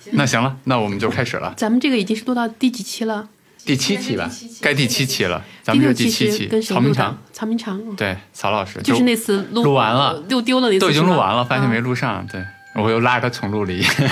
那行了，那我们就开始了。 咱们这个已经是录到第几期了？ 第7期吧，该第7期了。咱们是第7期。 跟谁录的？曹明长。 对，曹老师。 就是那次录完了， 又丢了那次。 都已经录完了，发现没录上。对，我又拉着他重录了一遍。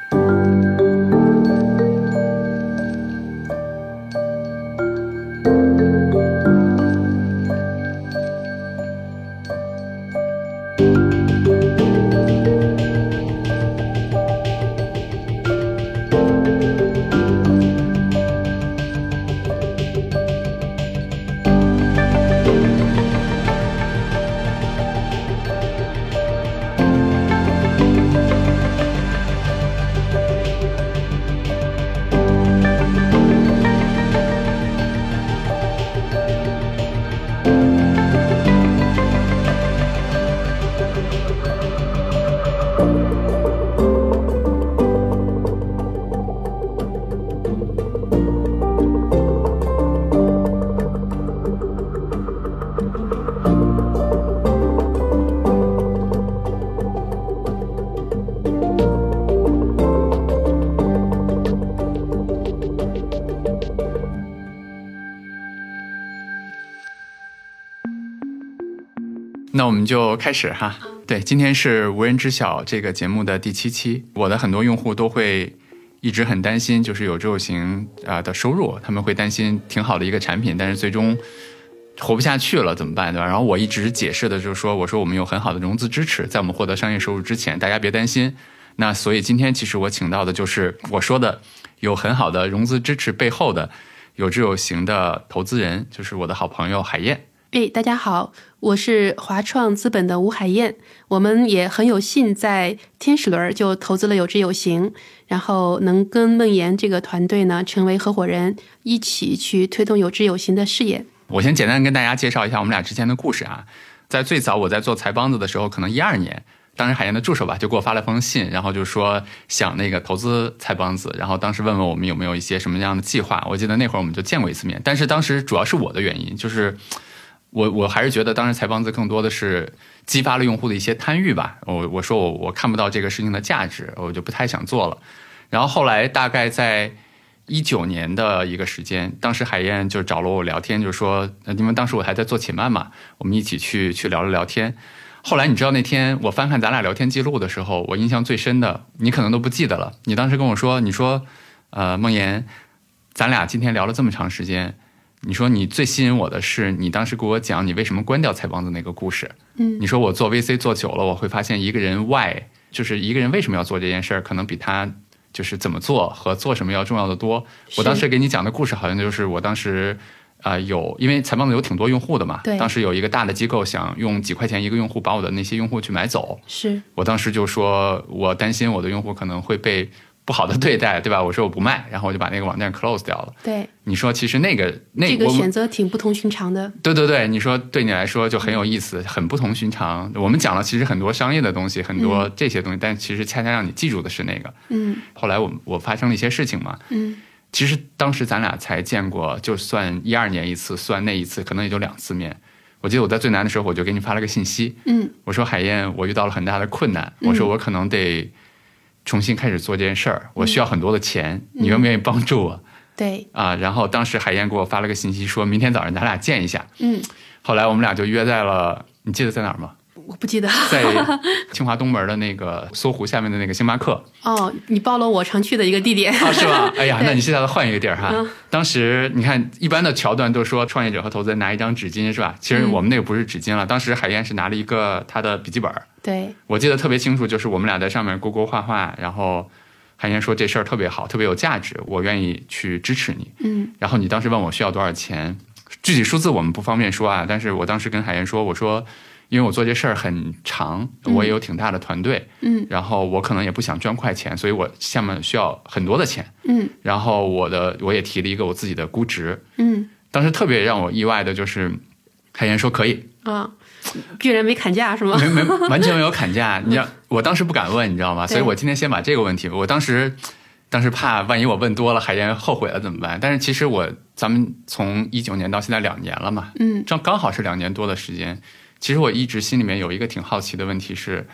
那我们就开始哈。对，今天是无人知晓这个节目的第7期。我的很多用户都会一直很担心，就是有志有行的收入，他们会担心挺好的一个产品，但是最终活不下去了怎么办，对吧？然后我一直解释的就是说，我说我们有很好的融资支持，在我们获得商业收入之前，大家别担心。那所以今天其实我请到的就是我说的有很好的融资支持背后的有志有行的投资人，就是我的好朋友海燕。 大家好，我是华创资本的吴海燕。我们也很有幸在天使轮就投资了有志有行，然后能跟梦妍这个团队呢成为合伙人，一起去推动有志有行的事业。 我先简单跟大家介绍一下我们俩之前的故事啊。在最早我在做财帮子的时候，可能12年，当时海燕的助手吧就给我发了封信，然后就说想那个投资财帮子，然后当时问问我们有没有一些什么样的计划。我记得那会儿我们就见过一次面，但是当时主要是我的原因，就是我还是觉得当时财帮子更多的是激发了用户的一些贪欲吧。我说我看不到这个事情的价值，我就不太想做了。然后后来大概在19年的一个时间，当时海燕就找了我聊天，就说因为当时我还在做且慢嘛，我们一起去聊了聊天。后来你知道那天我翻看咱俩聊天记录的时候，我印象最深的你可能都不记得了。你当时跟我说，你说梦妍，咱俩今天聊了这么长时间，你说你最吸引我的是你当时给我讲你为什么关掉财帮子那个故事。你说我做 VC 做久了，我会发现一个人 why， 就是一个人为什么要做这件事儿，可能比他就是怎么做和做什么要重要的多。我当时给你讲的故事好像就是我当时因为财帮子有挺多用户的嘛，当时有一个大的机构想用几块钱一个用户把我的那些用户去买走，是我当时就说我担心我的用户可能会被不好的对待，对吧？我说我不卖，然后我就把那个网站 close 掉了。对，你说其实这个选择挺不同寻常的。 对，你说对你来说就很有意思，很不同寻常。我们讲了其实很多商业的东西，很多这些东西，但其实恰恰让你记住的是那个。后来我发生了一些事情嘛。其实当时咱俩才见过，就算12年一次，算那一次可能也就2次面。我记得我在最难的时候我就给你发了个信息，我说海燕，我遇到了很大的困难，我说我可能得重新开始做这件事儿，我需要很多的钱，你愿不愿意帮助我？对啊，然后当时海燕给我发了个信息说明天早上咱俩见一下。后来我们俩就约在了，你记得在哪儿吗？ 我不记得， 在清华东门的那个搜狐下面的那个星巴克。 哦，你报了我常去的一个地点啊，是吧？哎呀，那你现在换一个地儿哈。当时你看一般的桥段都说创业者和投资人拿一张纸巾是吧？其实我们那个不是纸巾了，当时海燕是拿了一个他的笔记本。对，我记得特别清楚，就是我们俩在上面勾勾画画，然后海燕说这事儿特别好，特别有价值，我愿意去支持你。然后你当时问我需要多少钱，具体数字我们不方便说啊，但是我当时跟海燕说，我说因为我做这事儿很长，我也有挺大的团队，然后我可能也不想赚快钱，所以我下面需要很多的钱，然后我也提了一个我自己的估值，当时特别让我意外的就是海燕说可以啊，居然没砍价是吗？ 没完全没有砍价，你知道我当时不敢问，你知道吗？所以我今天先把这个问题，我当时怕万一我问多了海燕后悔了怎么办？但是其实咱们从19年到现在2年了嘛，刚好是2年多的时间。其实我一直心里面有一个挺好奇的问题是，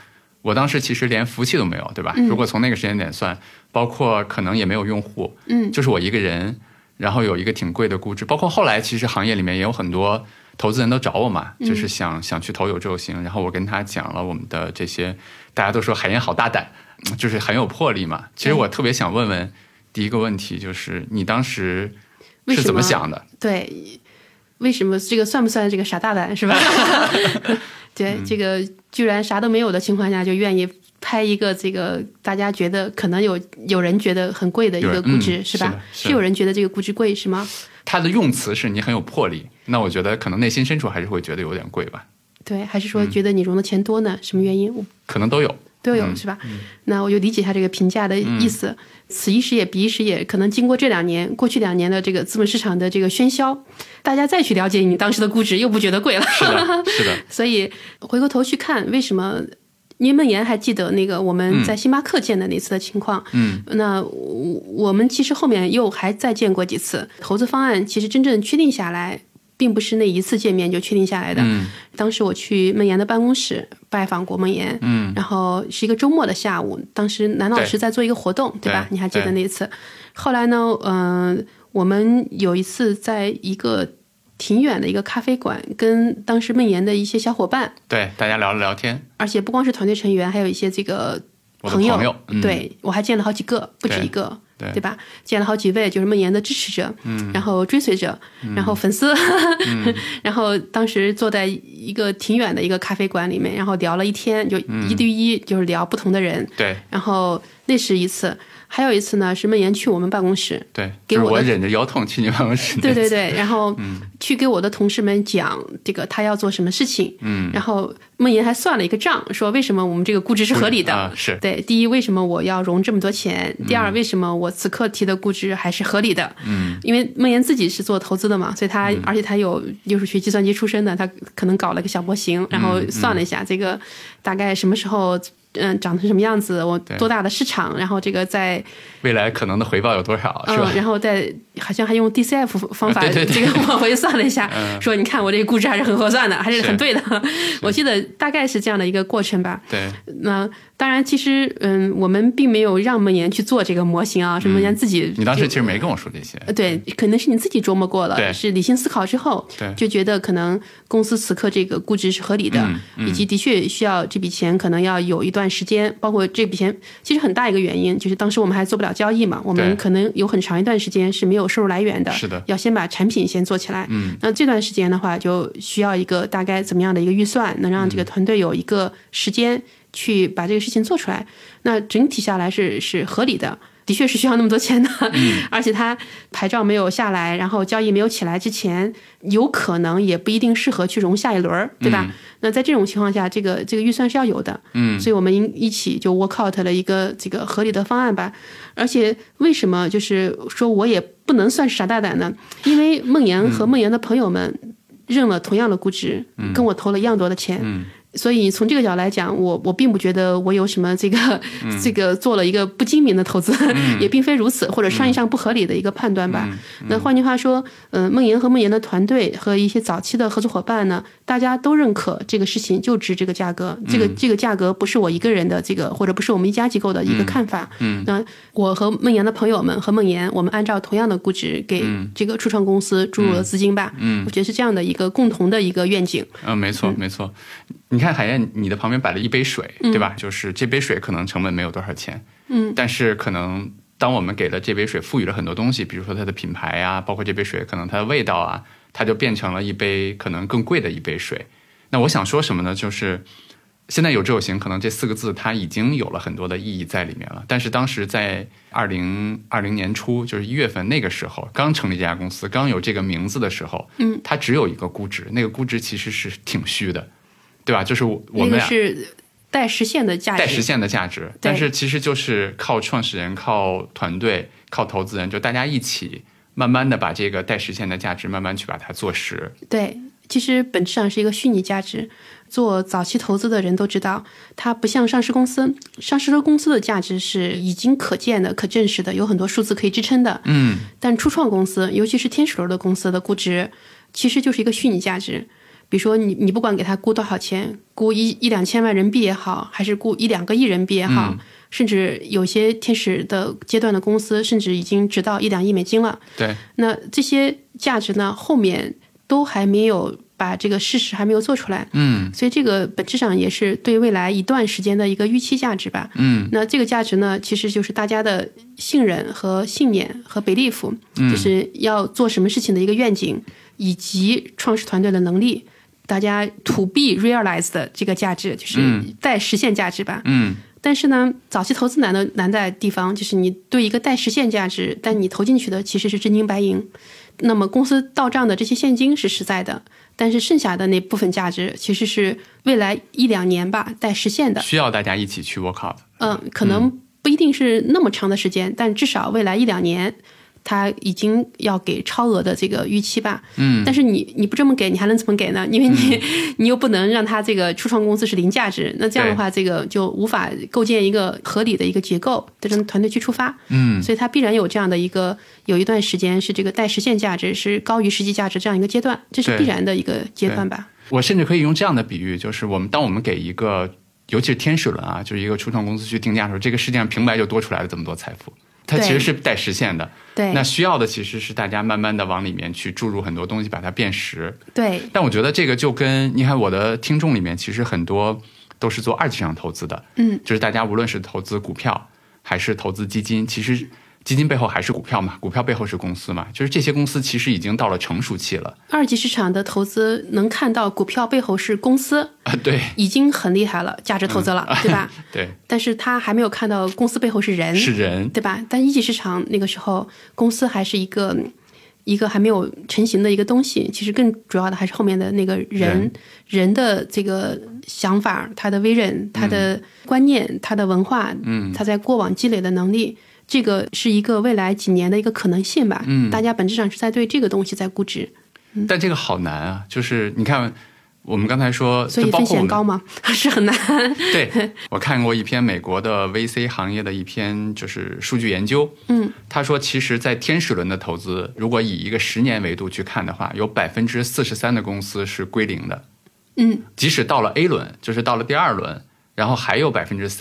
我当时其实连服务器都没有，对吧？如果从那个时间点算，包括可能也没有用户，就是我一个人，然后有一个挺贵的估值，包括后来其实行业里面也有很多投资人都找我嘛，就是想去投有志有行，然后我跟他讲了我们的这些，大家都说海燕好大胆，就是很有魄力嘛。其实我特别想问问第一个问题，就是你当时是怎么想的？ 对，为什么这个算不算这个傻大胆是吧？对，这个居然啥都没有的情况下就愿意拍一个这个大家觉得可能有人觉得很贵的一个估值，是吧？是有人觉得这个估值贵是吗？ 他的用词是你很有魄力，那我觉得可能内心深处还是会觉得有点贵吧。 对，还是说觉得你融的钱多呢？什么原因？ 可能都有。 是吧？那我就理解他这个评价的意思。此一时也彼一时也，可能经过过去2年的这个资本市场的这个喧嚣，大家再去了解你当时的估值，又不觉得贵了。 是的。 所以回过头去看，为什么？因为孟岩还记得那个我们在星巴克见的那次的情况，那我们其实后面又还再见过几次。投资方案其实真正确定下来，并不是那一次见面就确定下来的。当时我去孟岩的办公室拜访过孟岩，然后是一个周末的下午，当时南老师在做一个活动，对吧？你还记得那次？后来呢，我们有一次在一个挺远的一个咖啡馆，跟当时孟岩的一些小伙伴， 对，大家聊了聊天， 而且不光是团队成员，还有一些这个朋友，对，我还见了好几个，不止一个。对吧？见了好几位，就是孟岩的支持者，然后追随者，然后粉丝，然后当时坐在一个挺远的一个咖啡馆里面，然后聊了一天，就1对1，就是聊不同的人。 对， 然后那是一次。还有一次呢，是孟岩去我们办公室， 对，就是我忍着腰痛去你办公室， 对，然后去给我的同事们讲这个他要做什么事情，然后孟岩还算了一个账，说为什么我们这个估值是合理的， 是对，第一为什么我要融这么多钱，第二为什么我此刻提的估值还是合理的，因为孟岩自己是做投资的嘛，所以他而且他又是学计算机出身的，他可能搞了个小模型，然后算了一下这个大概什么时候长成什么样子，我多大的市场，然后这个在未来可能的回报有多少，是吧？ 然后好像还用 DCF 方法， 对这个往回算了一下，说你看我这个估值还是很合算的，还是很对的。我记得大概是这样的一个过程吧。 对， 那当然，其实我们并没有让孟岩去做这个模型啊，是孟岩自己。 你当时其实没跟我说这些。 对，可能是你自己琢磨过了，是理性思考之后，就觉得可能公司此刻这个估值是合理的，以及的确需要这笔钱可能要有一段时间，包括这笔钱其实很大一个原因就是当时我们还做不了交易嘛，我们可能有很长一段时间是没有收入来源的， 是的， 要先把产品先做起来。那这段时间的话，就需要一个大概怎么样的一个预算，能让这个团队有一个时间去把这个事情做出来。那整体下来是合理的。的确是需要那么多钱的，而且它牌照没有下来，然后交易没有起来之前，有可能也不一定适合去融下一轮，对吧？那在这种情况下，这个预算是要有的，所以我们一起就 work out 了一个这个合理的方案吧。而且为什么就是说我也不能算是傻大胆呢？因为孟岩和孟岩的朋友们认了同样的估值，跟我投了一样多的钱。所以从这个角度来讲，我并不觉得我有什么这个做了一个不精明的投资，也并非如此，或者商业上不合理的一个判断吧。那换句话说，孟岩和孟岩的团队和一些早期的合作伙伴呢，大家都认可这个事情就值这个价格，这个价格不是我一个人的或者不是我们一家机构的一个看法。那我和孟岩的朋友们和孟岩，我们按照同样的估值给这个初创公司注入了资金吧。我觉得是这样的一个共同的一个愿景。 没错没错。你看海燕，你的旁边摆了一杯水，对吧？就是这杯水可能成本没有多少钱，但是可能当我们给了这杯水赋予了很多东西，比如说它的品牌啊，包括这杯水可能它的味道啊，它就变成了一杯可能更贵的一杯水。那我想说什么呢？就是现在有志有行，可能这4个字它已经有了很多的意义在里面了。但是当时在2020年初，就是1月份那个时候，刚成立这家公司，刚有这个名字的时候，它只有一个估值，那个估值其实是挺虚的。对吧？就是我们俩是待实现的价值， 但是其实就是靠创始人、靠团队、靠投资人，就大家一起慢慢的把这个待实现的价值慢慢去把它做实。 对，其实本质上是一个虚拟价值。做早期投资的人都知道，它不像上市公司，上市公司的价值是已经可见的、可证实的，有很多数字可以支撑的。但初创公司，尤其是天使轮的公司的估值，其实就是一个虚拟价值。 比如说你不管给他估多少钱，估一两千万人民币也好，还是估1-2个亿人民币也好，甚至有些天使的阶段的公司甚至已经直到1-2亿美金了。 对， 那这些价值呢，后面都还没有把这个事实还没有做出来。所以这个本质上也是对未来一段时间的一个预期价值吧。那这个价值呢，其实就是大家的信任和信念和 belief，就是要做什么事情的一个愿景，以及创始团队的能力。大家 to be realized 的这个价值，就是待实现价值吧。但是呢，早期投资难在地方就是你对一个待实现价值，但你投进去的其实是真金白银。那么公司到账的这些现金是实在的，但是剩下的那部分价值其实是未来1-2年吧待实现的， 需要大家一起去 work out。 可能不一定是那么长的时间，但至少未来1-2年。他已经要给超额的这个预期吧，但是你不这么给，你还能怎么给呢？因为你又不能让他这个初创公司是零价值，那这样的话，这个就无法构建一个合理的一个结构，这种团队去出发。所以他必然有这样的有一段时间是这个待实现价值是高于实际价值这样一个阶段，这是必然的一个阶段吧。 我甚至可以用这样的比喻，就是当我们给一个，尤其是天使轮啊，就是一个初创公司去定价的时候，这个世界上平白就多出来了这么多财富。它其实是待实现的， 对， 那需要的其实是大家慢慢的往里面去注入很多东西，把它变实。 对， 但我觉得这个就跟你看我的听众里面，其实很多都是做二级市场投资的，就是大家无论是投资股票还是投资基金，其实基金背后还是股票嘛，股票背后是公司嘛，就是这些公司其实已经到了成熟期了。 二级市场的投资能看到股票背后是公司对， 已经很厉害了，价值投资了，对吧？ 对。 但是他还没有看到公司背后是人，对吧？但一级市场那个时候，公司还是一个还没有成型的一个东西，其实更主要的还是后面的那个人的这个想法，他的 vision，他的观念，他的文化，他在过往积累的能力。这个是一个未来几年的一个可能性吧，大家本质上是在对这个东西在估值， 但这个好难啊，就是你看我们刚才说， 所以风险高吗？是很难。 对，我看过一篇美国的 VC 行业的一篇就是数据研究，他说其实在天使轮的投资，如果以一个10年维度去看的话，有43%的公司是归零的，即使到了 A 轮，就是到了第2轮，然后还有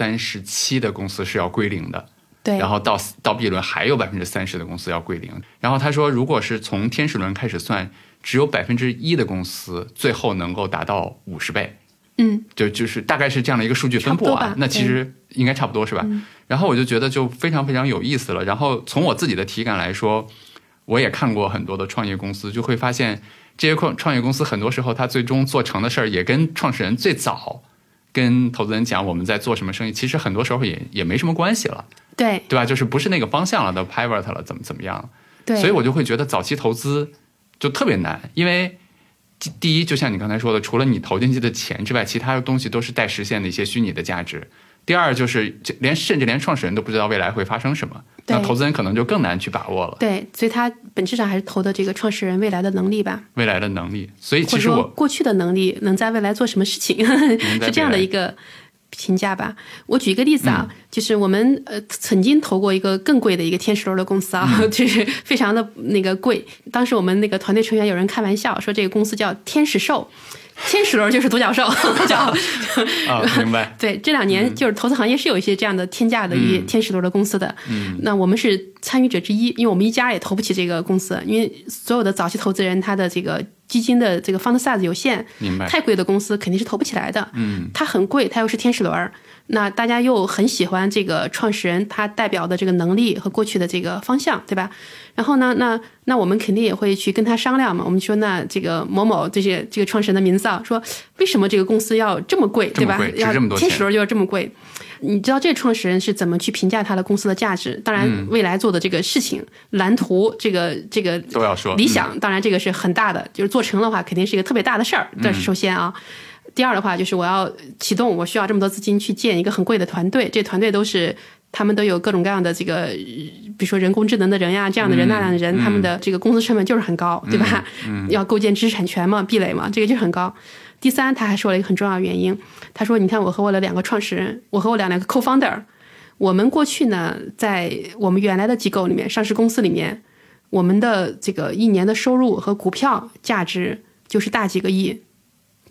37%的公司是要归零的。 对， 然后到 B 轮还有30%的公司要归零，然后他说，如果是从天使轮开始算，只有1%的公司最后能够达到50倍，就是大概是这样的一个数据分布啊。那其实应该差不多是吧？然后我就觉得就非常非常有意思了。然后从我自己的体感来说，我也看过很多的创业公司，就会发现这些创业公司很多时候他最终做成的事儿，也跟创始人最早跟投资人讲我们在做什么生意，其实很多时候也没什么关系了。对吧？就是不是那个方向了，都 pivot 了，怎么样？对，所以我就会觉得早期投资就特别难，因为第一，就像你刚才说的，除了你投进去的钱之外，其他的东西都是待实现的一些虚拟的价值。第二，就是甚至连创始人都不知道未来会发生什么，那投资人可能就更难去把握了。对，所以他本质上还是投的这个创始人未来的能力吧，未来的能力。所以其实我过去的能力能在未来做什么事情，是这样的一个评价吧。我举一个例子啊，就是我们曾经投过一个更贵的一个天使轮的公司啊，就是非常的那个贵。当时我们那个团队成员有人开玩笑说，这个公司叫天使兽。天使轮就是独角兽，叫明白。对，这2年就是投资行业是有一些这样的天价的一天使轮的公司的。那我们是参与者之一，因为我们一家也投不起这个公司，因为所有的早期投资人他的这个基金的这个 fund size 有限，明白？太贵的公司肯定是投不起来的。它很贵，它又是天使轮，那大家又很喜欢这个创始人他代表的这个能力和过去的这个方向，对吧？然后呢，那我们肯定也会去跟他商量嘛。我们说，那这个某某这个创始人的名字啊，说为什么这个公司要这么贵，对吧？要天使轮就要这么贵。你知道这个创始人是怎么去评价他的公司的价值？当然，未来做的这个事情、蓝图，这个都要说理想。当然，这个是很大的，就是做成的话，肯定是一个特别大的事儿。这是首先啊。第二的话，就是我要启动，我需要这么多资金去建一个很贵的团队。这团队他们都有各种各样的这个，比如说人工智能的人呀，这样的人那样的人，他们的这个公司成本就是很高，对吧？要构建知识产权嘛，壁垒嘛，这个就很高。第三，他还说了一个很重要的原因，他说：“你看，我和我的2个创始人，我和我两个 co-founder， 我们过去呢，在我们原来的机构里面，上市公司里面，我们的这个1年的收入和股票价值就是大几个亿。”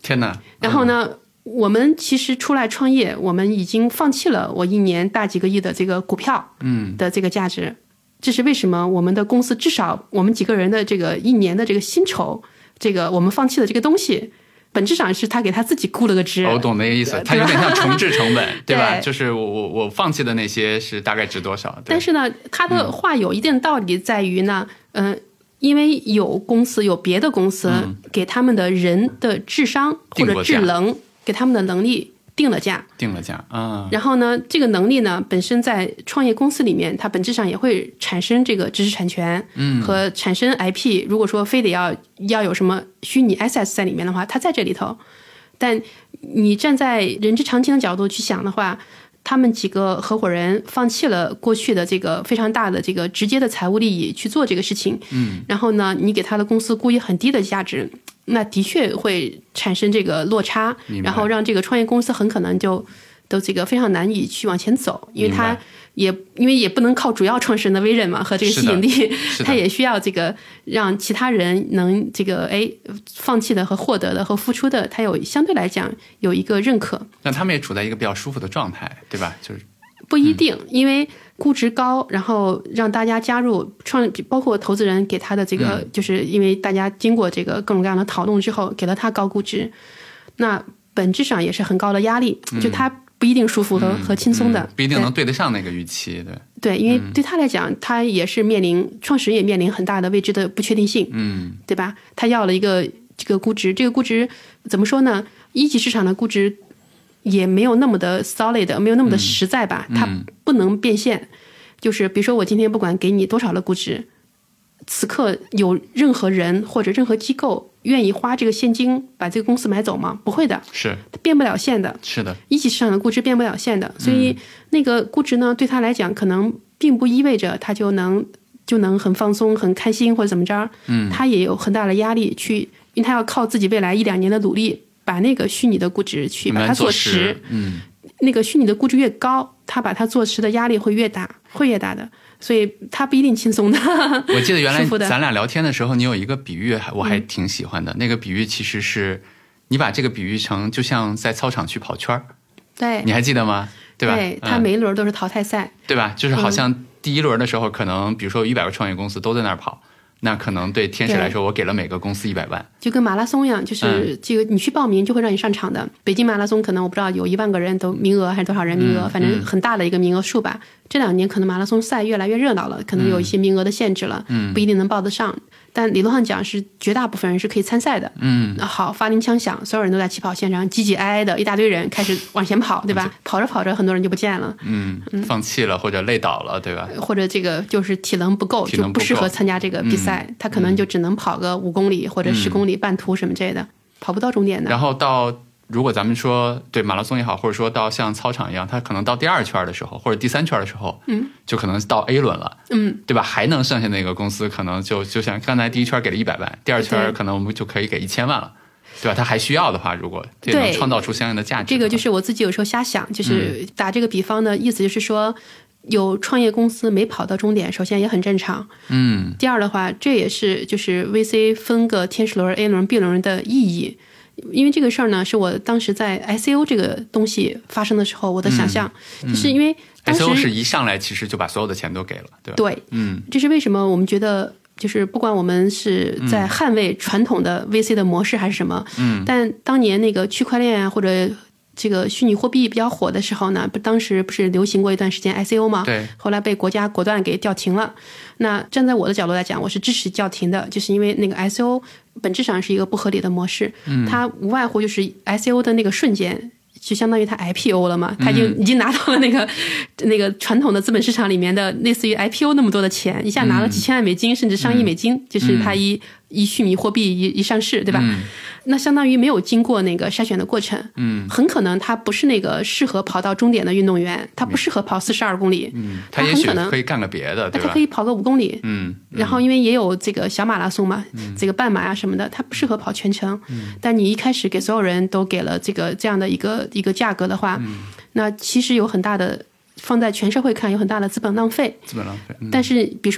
天哪！ 然后呢，我们其实出来创业，我们已经放弃了我一年大几个亿的这个股票的这个价值。这是为什么我们的公司至少我们几个人的这个一年的这个薪酬，这个我们放弃了这个东西，本质上是他给他自己估了个值。 我懂那个意思，他有点像重置成本，对吧？就是我放弃的那些是大概值多少？ 但是呢，他的话有一定道理在于呢，因为有别的公司给他们的人的智商或者智能，给他们的能力定了价啊。然后呢，这个能力呢，本身在创业公司里面，它本质上也会产生这个知识产权和产生 IP。如果说非得要有什么虚拟 assets 在里面的话，它在这里头。但你站在人之常情的角度去想的话，他们几个合伙人放弃了过去的这个非常大的这个直接的财务利益去做这个事情，然后呢，你给他的公司估一很低的价值，那的确会产生这个落差，然后让这个创业公司很可能都这个非常难以去往前走，因为也不能靠主要创始人的威任嘛和这个吸引力，他也需要这个让其他人能这个放弃的和获得的和付出的，他有相对来讲有一个认可。 那他们也处在一个比较舒服的状态，对吧？就是不一定，因为估值高，然后让大家加入包括投资人给他的这个，就是因为大家经过这个各种各样的讨论之后，给了他高估值，那本质上也是很高的压力，就他不一定舒服和轻松的， 不一定能对得上那个预期， 对，因为对他来讲，他也是创始人也面临很大的未知的不确定性，对吧？他要了一个这个估值，这个估值怎么说呢？一级市场的估值也没有那么的 solid， 没有那么的实在吧，它不能变现。就是比如说我今天不管给你多少的估值，此刻有任何人或者任何机构愿意花这个现金把这个公司买走吗？不会的， 是变不了现的。 是的， 一级市场的估值变不了现的，所以那个估值呢，对他来讲可能并不意味着他就能很放松、很开心或者怎么着。他也有很大的压力去，因为他要靠自己未来1-2年的努力，把那个虚拟的估值去把它做实。那个虚拟的估值越高，他把它做实的压力会越大的。所以他不一定轻松的。 我记得原来咱俩聊天的时候，你有一个比喻我还挺喜欢的，那个比喻其实是你把这个比喻成就像在操场去跑圈， 对， 你还记得吗？对吧？ 对，他每一轮都是淘汰赛， 对吧？就是好像第一轮的时候，可能比如说100个创业公司都在那儿跑，那可能对天使来说，我给了每个公司100万， 就跟马拉松一样，就是这个你去报名就会让你上场的。北京马拉松可能我不知道有1万个人都名额还是多少人名额，反正很大的一个名额数吧。这2年可能马拉松赛越来越热闹了，可能有一些名额的限制了，不一定能报得上。但理论上讲是绝大部分人是可以参赛的。好，发令枪响，所有人都在起跑线上唧唧挨挨的，一大堆人开始往前跑，对吧？跑着跑着，很多人就不见了， 放弃了或者累倒了，对吧？ 或者这个就是体能不够，就不适合参加这个比赛，他可能就只能跑个5公里或者10公里半途什么之类的，跑不到终点的。 然后如果咱们说对马拉松也好，或者说到像操场一样，他可能到第2圈的时候或者第3圈的时候，就可能到 A 轮了，对吧？还能剩下那个公司可能就像刚才第1圈给了100万，第2圈可能我们就可以给1000万了，对吧？他还需要的话，如果这能创造出相应的价值， 这个就是我自己有时候瞎想，就是打这个比方的意思就是说，有创业公司没跑到终点，首先也很正常。第二的话，这也是就是 VC 分个天使轮、A 轮、B 轮的意义。因为这个事儿呢，是我当时在 ICO 这个东西发生的时候，我的想象，就是因为当时 ICO 是一上来其实就把所有的钱都给了，对吧？ 对，这是为什么我们觉得，就是不管我们是在捍卫传统的 VC 的模式还是什么，但当年那个区块链啊或者这个虚拟货币比较火的时候呢，当时不是流行过一段时间 ICO 吗？ 对， 后来被国家果断给叫停了。那站在我的角度来讲，我是支持叫停的，就是因为那个 ICO 本质上是一个不合理的模式，它无外乎就是 ICO 的那个瞬间，就相当于它 IPO 了嘛，它已经拿到了那个传统的资本市场里面的类似于 IPO 那么多的钱，一下拿了几千万美金，甚至上亿美金，就是它一虚拟货币一上市，对吧？那相当于没有经过那个筛选的过程，很可能他不是那个适合跑到终点的运动员，他不适合跑42公里， 他也许可以干个别的，对吧？ 他可以跑个5公里，然后因为也有这个小马拉松嘛，这个半马啊什么的，他不适合跑全程。但你一开始给所有人都给了这样的一个价格的话，那其实有很大的放在全社会看有很大的资本浪费。 但是比如说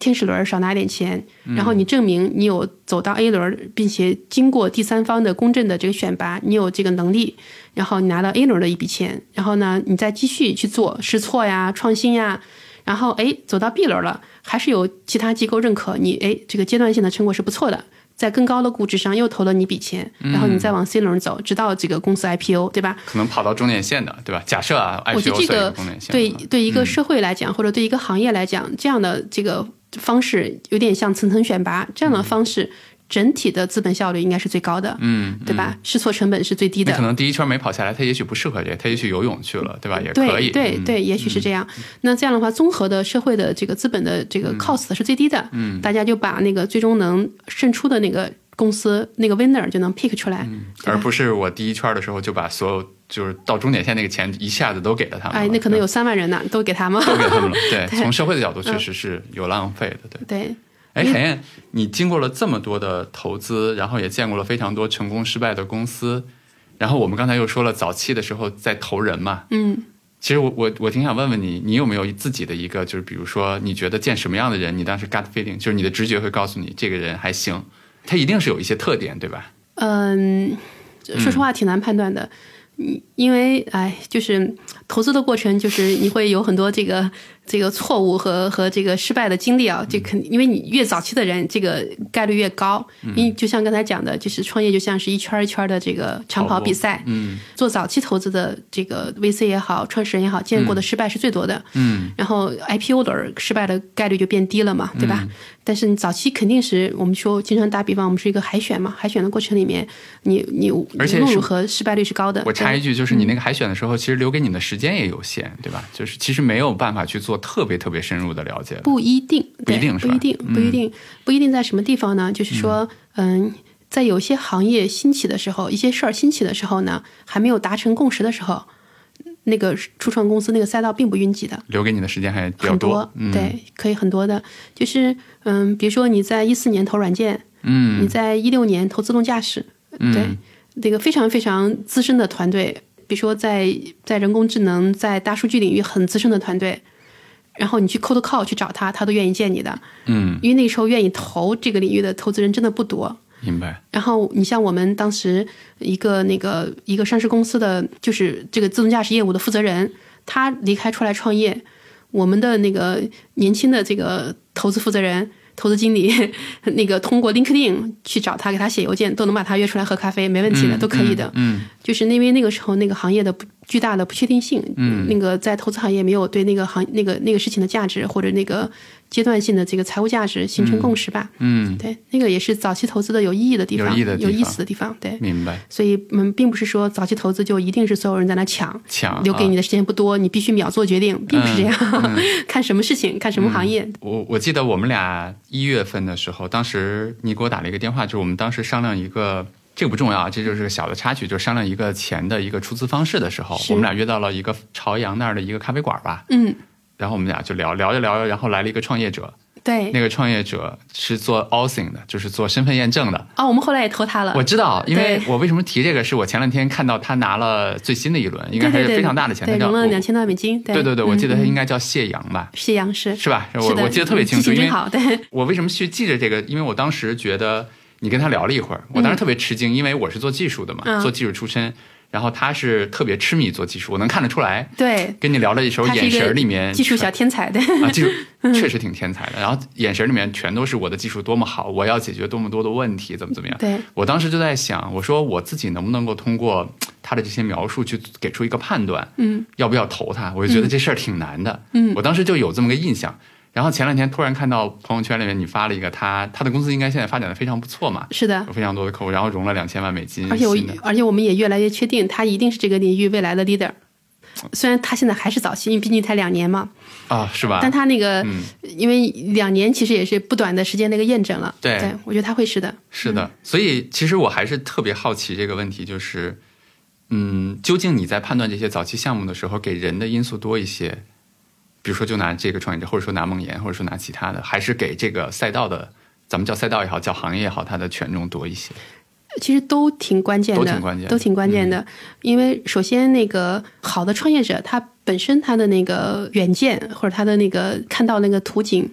天使轮少拿一点钱，然后你证明你有走到 A 轮，并且经过第三方的公正的这个选拔，你有这个能力，然后你拿到 A 轮的一笔钱，然后呢，你再继续去做试错呀、创新呀，然后走到 B 轮了，还是有其他机构认可你，这个阶段性的成果是不错的。在更高的估值上又投了你笔钱，然后你再往 C 轮走，直到这个公司 IPO， 对吧？ 可能跑到终点线的，对吧？假设啊 ，IPO 我觉得这个终点线对一个社会来讲，或者对一个行业来讲，这样的这个方式有点像层层选拔，这样的方式。整体的资本效率应该是最高的，对吧？试错成本是最低的。 可能第一圈没跑下来，他也许不适合这个，他也许游泳去了，对吧？也可以。 对，也许是这样。那这样的话，综合的社会的这个资本的这个 cost 是最低的，大家就把那个最终能胜出的那个公司那个 winner 就能 pick 出来， 而不是我第一圈的时候就把所有就是到终点线那个钱一下子都给了他们。 那可能有3万人呢，都给他们， 都给他们了。对，从社会的角度确实是有浪费的， 对。 海燕，你经过了这么多的投资，然后也见过了非常多成功失败的公司，然后我们刚才又说了早期的时候在投人嘛，其实我挺想问问你，你有没有自己的一个，就是比如说你觉得见什么样的人，你当时 gut feeling， 就是你的直觉会告诉你这个人还行，他一定是有一些特点，对吧？ 说实话挺难判断的。因为就是投资的过程，就是你会有很多这个错误和这个失败的经历啊，因为你越早期的人，这个概率越高。因为就像刚才讲的，就是创业就像是一圈一圈的这个长跑比赛。做早期投资的这个 VC 也好，创始人也好，见过的失败是最多的。然后 IPO 轮失败的概率就变低了嘛，对吧？但是你早期肯定是我们说经常打比方，我们是一个海选嘛，海选的过程里面，你无论如何失败率是高的。 我插一句，就是你那个海选的时候，其实留给你们的时间也有限，对吧？就是其实没有办法去做特别特别深入的了解。 不一定， 不一定是吧？ 不一定在什么地方呢？就是说，在有些行业兴起的时候，一些事儿兴起的时候呢，还没有达成共识的时候。那个初创公司那个赛道并不拥挤的， 留给你的时间还比较很多，对，可以很多的。就是比如说你在14年投软件，你在16年投自动驾驶，对，那个非常非常资深的团队，比如说在人工智能、在大数据领域很资深的团队，然后你去 cold call 去找他都愿意见你的，因为那个时候愿意投这个领域的投资人真的不多。 明白。 然后你像我们当时一个上市公司的就是这个自动驾驶业务的负责人，他离开出来创业，我们的那个年轻的这个投资负责人、投资经理，那个通过 LinkedIn 去找他，给他写邮件，都能把他约出来喝咖啡，没问题的，都可以的。就是因为那个时候那个行业的巨大的不确定性，那个在投资行业没有对那个那个事情的价值或者那个阶段性的这个财务价值形成共识吧。对，那个也是早期投资的有意义的地方，有意思的地方。对， 明白。 所以并不是说早期投资就一定是所有人在那抢，留给你的时间不多，你必须秒做决定，并不是这样。看什么事情，看什么行业。 我记得我们俩1月份的时候，当时你给我打了一个电话，就是我们当时商量一个。这个不重要啊，这就是个小的插曲，就是商量一个钱的一个出资方式的时候，我们俩约到了一个朝阳那儿的一个咖啡馆吧。然后我们俩就聊着，然后来了一个创业者。对，那个创业者是做 Authing 的，就是做身份验证的。 我们后来也投他了。 我知道，因为我为什么提这个，是我前两天看到他拿了最新的一轮，应该还是非常大的钱， 对，融了$2000多美金。 对，我记得他应该叫谢阳吧？ 谢阳是吧？我记得特别清楚，因为对， 我为什么去记着这个？因为我当时觉得。你跟他聊了一会儿，我当时特别吃惊，因为我是做技术的嘛，做技术出身，然后他是特别痴迷做技术，我能看得出来。对，跟你聊了一时候，眼神里面技术小天才的技术确实挺天才的。然后眼神里面全都是我的技术多么好，我要解决多么多的问题，怎么样？对，我当时就在想，我说我自己能不能够通过他的这些描述去给出一个判断，要不要投他？我就觉得这事儿挺难的，我当时就有这么个印象。然后前两天突然看到朋友圈里面你发了一个他的公司应该现在发展的非常不错嘛，是的，有非常多的客户，然后融了$2000万美金， 而且我们也越来越确定他一定是这个领域未来的 leader。虽然他现在还是早期，因为毕竟才2年嘛，是吧？但他那个，因为2年其实也是不短的时间那个验证了，对，我觉得他会是的， 是的。所以其实我还是特别好奇这个问题，就是究竟你在判断这些早期项目的时候，给人的因素多一些？比如说就拿这个创业者，或者说拿梦岩，或者说拿其他的，还是给这个赛道的，咱们叫赛道也好，叫行业也好，它的权重多一些？ 其实都挺关键的，都挺关键的。因为首先那个好的创业者，他本身他的那个远见或者他的那个看到那个图景，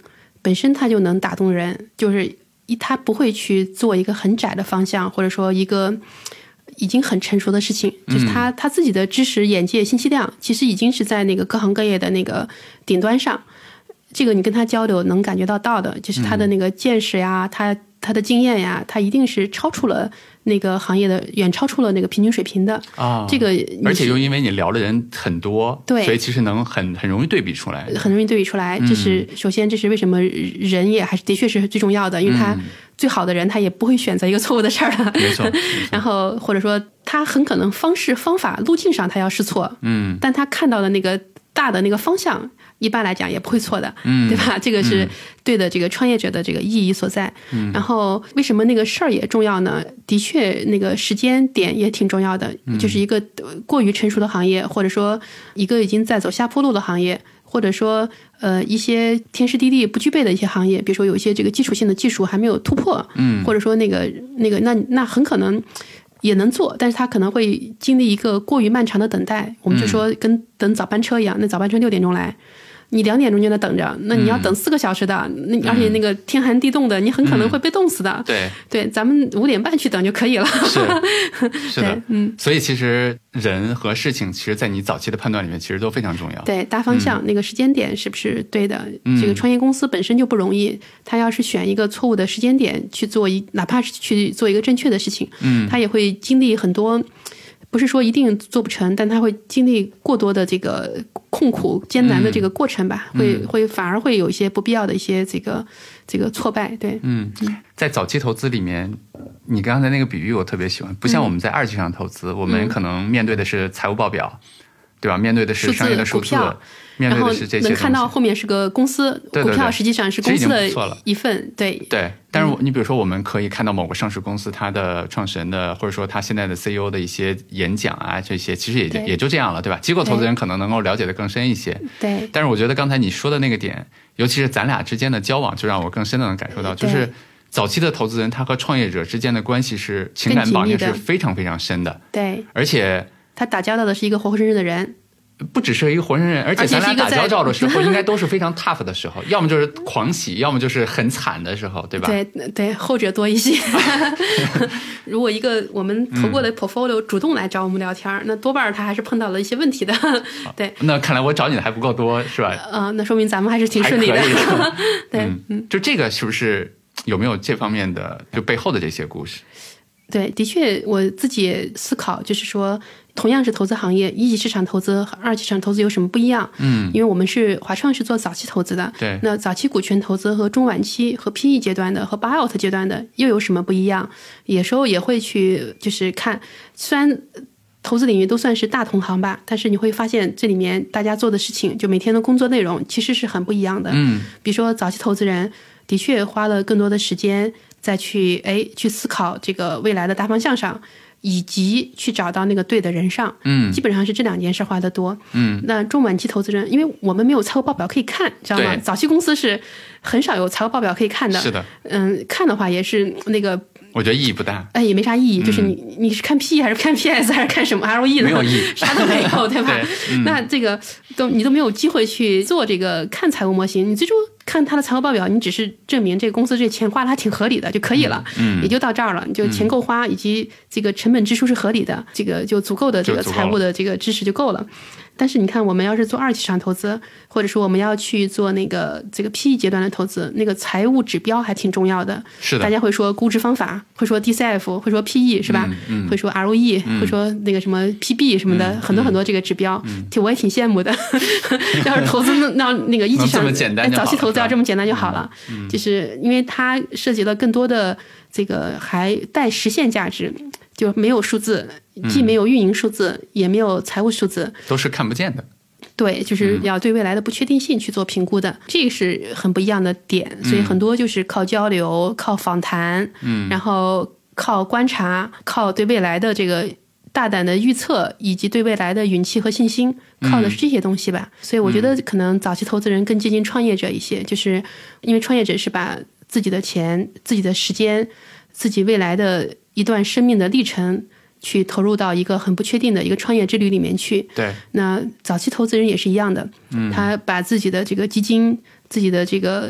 本身它就能打动人，就是他不会去做一个很窄的方向，或者说一个已经很成熟的事情，就是他自己的知识、眼界、信息量，其实已经是在那个各行各业的那个顶端上。这个你跟他交流能感觉到的，就是他的那个见识呀，他的经验呀，他一定是超出了那个行业的，远超出了那个平均水平的啊。这个而且又因为你聊的人很多， 对， 所以其实能很容易对比出来， 很容易对比出来。这是首先，这是为什么人也还是的确是最重要的，因为他最好的人他也不会选择一个错误的事儿的， 没错。 然后或者说他很可能方式、方法、路径上他要试错，但他看到的那个大的那个方向，一般来讲也不会错的，对吧？这个是对的，这个创业者的这个意义所在。然后为什么那个事儿也重要呢？的确，那个时间点也挺重要的。就是一个过于成熟的行业，或者说一个已经在走下坡路的行业，或者说一些天时地利不具备的一些行业，比如说有一些这个基础性的技术还没有突破，或者说那很可能也能做，但是他可能会经历一个过于漫长的等待。我们就说跟等早班车一样，那早班车6点钟来，你2点钟就在等着，那你要等4个小时的，而且那个天寒地冻的，你很可能会被冻死的。对，咱们5点半去等就可以了。 是的，所以其实人和事情，其实在你早期的判断里面，其实都非常重要。 对，大方向那个时间点是不是对的？这个创业公司本身就不容易，他要是选一个错误的时间点去做哪怕是去做一个正确的事情，他也会经历很多。不是说一定做不成，但他会经历过多的这个痛苦艰难的这个过程吧，会反而会有一些不必要的一些这个挫败。对， 在早期投资里面，你刚才那个比喻我特别喜欢，不像我们在2级市场投资，我们可能面对的是财务报表，对吧？面对的是商业的数字，面对的是这些， 能看到后面是个公司，股票实际上是公司的一份，对。 但是你比如说，我们可以看到某个上市公司它的创始人的，或者说他现在的 CEO 的一些演讲啊，这些其实也就这样了，对吧？机构投资人可能能够了解的更深一些， 对。 但是我觉得刚才你说的那个点，尤其是咱俩之间的交往，就让我更深的能感受到，就是早期的投资人他和创业者之间的关系是情感绑定是非常非常深的， 对。 而且他打交道的是一个活生生的人。 不只是一个活生人，而且咱俩打交道的时候应该都是非常 tough 的时候，要么就是狂喜，要么就是很惨的时候，对吧？ 对，后者多一些。如果一个我们投过的 portfolio 主动来找我们聊天，那多半他还是碰到了一些问题的。对， 那看来我找你的还不够多，是吧？ 那说明咱们还是挺顺利的。对， 就这个是不是有没有这方面的就背后的这些故事？ 对，的确，我自己也思考，就是说，同样是投资行业，1级市场投资和2级市场投资有什么不一样？因为我们华创是做早期投资的， 对， 那早期股权投资和中晚期和 PE 阶段的和 buyout 阶段的又有什么不一样？有时候也会去就是看，虽然投资领域都算是大同行吧，但是你会发现这里面大家做的事情，就每天的工作内容其实是很不一样的。比如说早期投资人的确花了更多的时间。再去思考这个未来的大方向上，以及去找到那个对的人上，基本上是这2件事花得多。那中晚期投资人，因为我们没有财务报表可以看，知道吗？早期公司是很少有财务报表可以看的。 是的， 看的话也是那个。 我觉得意义不大， 也没啥意义。就是你是看 PE 还是看 PS 还是看什么 ROE 呢？ 没有意义， 啥都没有，对吧？那这个你都没有机会去做这个看财务模型，你最终看他的财务报表，你只是证明这个公司这钱花的还挺合理的就可以了，也就到这儿了。你就钱够花，以及这个成本支出是合理的，这个就足够的这个财务的这个知识就够了。但是你看，我们要是做2级市场投资，或者说我们要去做这个 PE 阶段的投资，那个财务指标还挺重要的。 是的， 大家会说估值方法，会说 DCF， 会说 PE 是吧？会说 ROE，会说那个什么 PB 什么的，很多很多这个指标，我也挺羡慕的。要是投资那个1级市场，早期投资要这么简单就好了。就是因为它涉及了更多的这个还带实现价值。就没有数字，既没有运营数字，也没有财务数字， 都是看不见的。 对，就是要对未来的不确定性去做评估的，这个是很不一样的点。所以很多就是靠交流、靠访谈，然后靠观察、靠对未来的这个大胆的预测，以及对未来的勇气和信心，靠的是这些东西吧。所以我觉得可能早期投资人更接近创业者一些，就是因为创业者是把自己的钱、自己的时间、自己未来的一段生命的历程去投入到一个很不确定的一个创业之旅里面去。 对， 那早期投资人也是一样的，他把自己的这个基金、自己的这个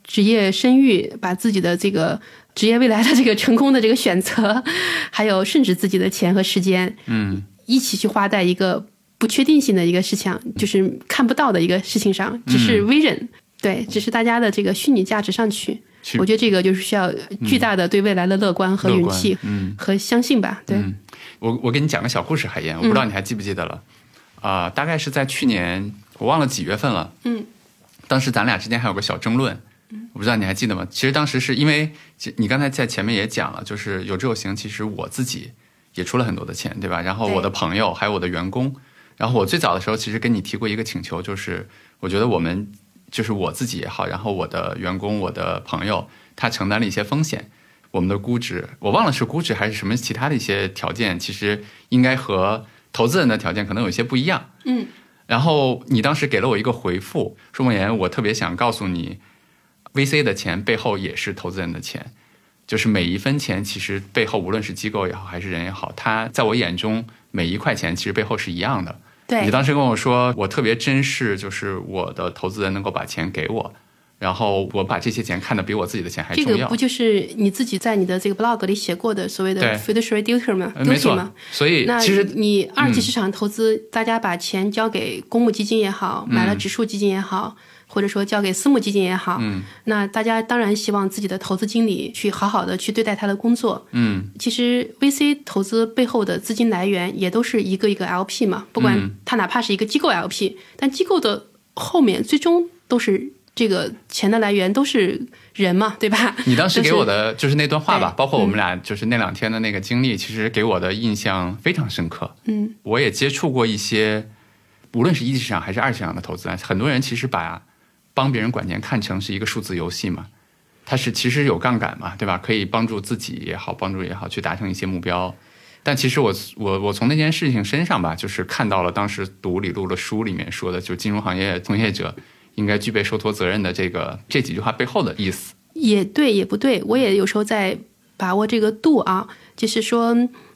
职业声誉，把自己的这个职业未来的这个成功的这个选择，还有甚至自己的钱和时间，一起去花在一个不确定性的一个事情，就是看不到的一个事情上，只是 vision，对，只是大家的这个虚拟价值上去。我觉得这个就是需要巨大的对未来的乐观和勇气和相信吧。对， 我给你讲个小故事，海燕，我不知道你还记不记得了。大概是在去年，我忘了几月份了。当时咱俩之间还有个小争论，我不知道你还记得吗？其实当时是因为你刚才在前面也讲了，就是有志有行，其实我自己也出了很多的钱，对吧？然后我的朋友还有我的员工，然后我最早的时候其实跟你提过一个请求，就是我觉得我们就是我自己也好，然后我的员工、我的朋友，他承担了一些风险，我们的估值，我忘了是估值还是什么其他的一些条件，其实应该和投资人的条件可能有一些不一样。然后你当时给了我一个回复，说梦妍，我特别想告诉你 VC 的钱背后也是投资人的钱，就是每一分钱其实背后无论是机构也好还是人也好，他在我眼中每一块钱其实背后是一样的。 对， 你当时跟我说我特别珍视就是我的投资人能够把钱给我，然后我把这些钱看得比我自己的钱还重要。 这个不就是你自己在你的这个 blog 里写过的所谓的 fiduciary duty 吗？ 没错。所以其实你二级市场投资，大家把钱交给公募基金也好，买了指数基金也好，或者说交给私募基金也好，那大家当然希望自己的投资经理去好好的去对待他的工作。其实 VC 投资背后的资金来源也都是一个一个 LP 嘛，不管他哪怕是一个机构 LP，但机构的后面最终都是这个钱的来源都是人嘛，对吧？ 你当时给我的就是那段话吧，包括我们俩就是那2天的那个经历，其实给我的印象非常深刻。我也接触过一些，无论是一级市场还是二级市场的投资人，很多人其实把帮别人管钱看成是一个数字游戏嘛，它是其实有杠杆嘛，对吧？可以帮助自己也好，帮助也好去达成一些目标。但其实我从那件事情身上吧，就是看到了当时读李路的书里面说的，就金融行业从业者应该具备受托责任的这几句话背后的意思。 也对也不对，我也有时候在把握这个度啊，就是说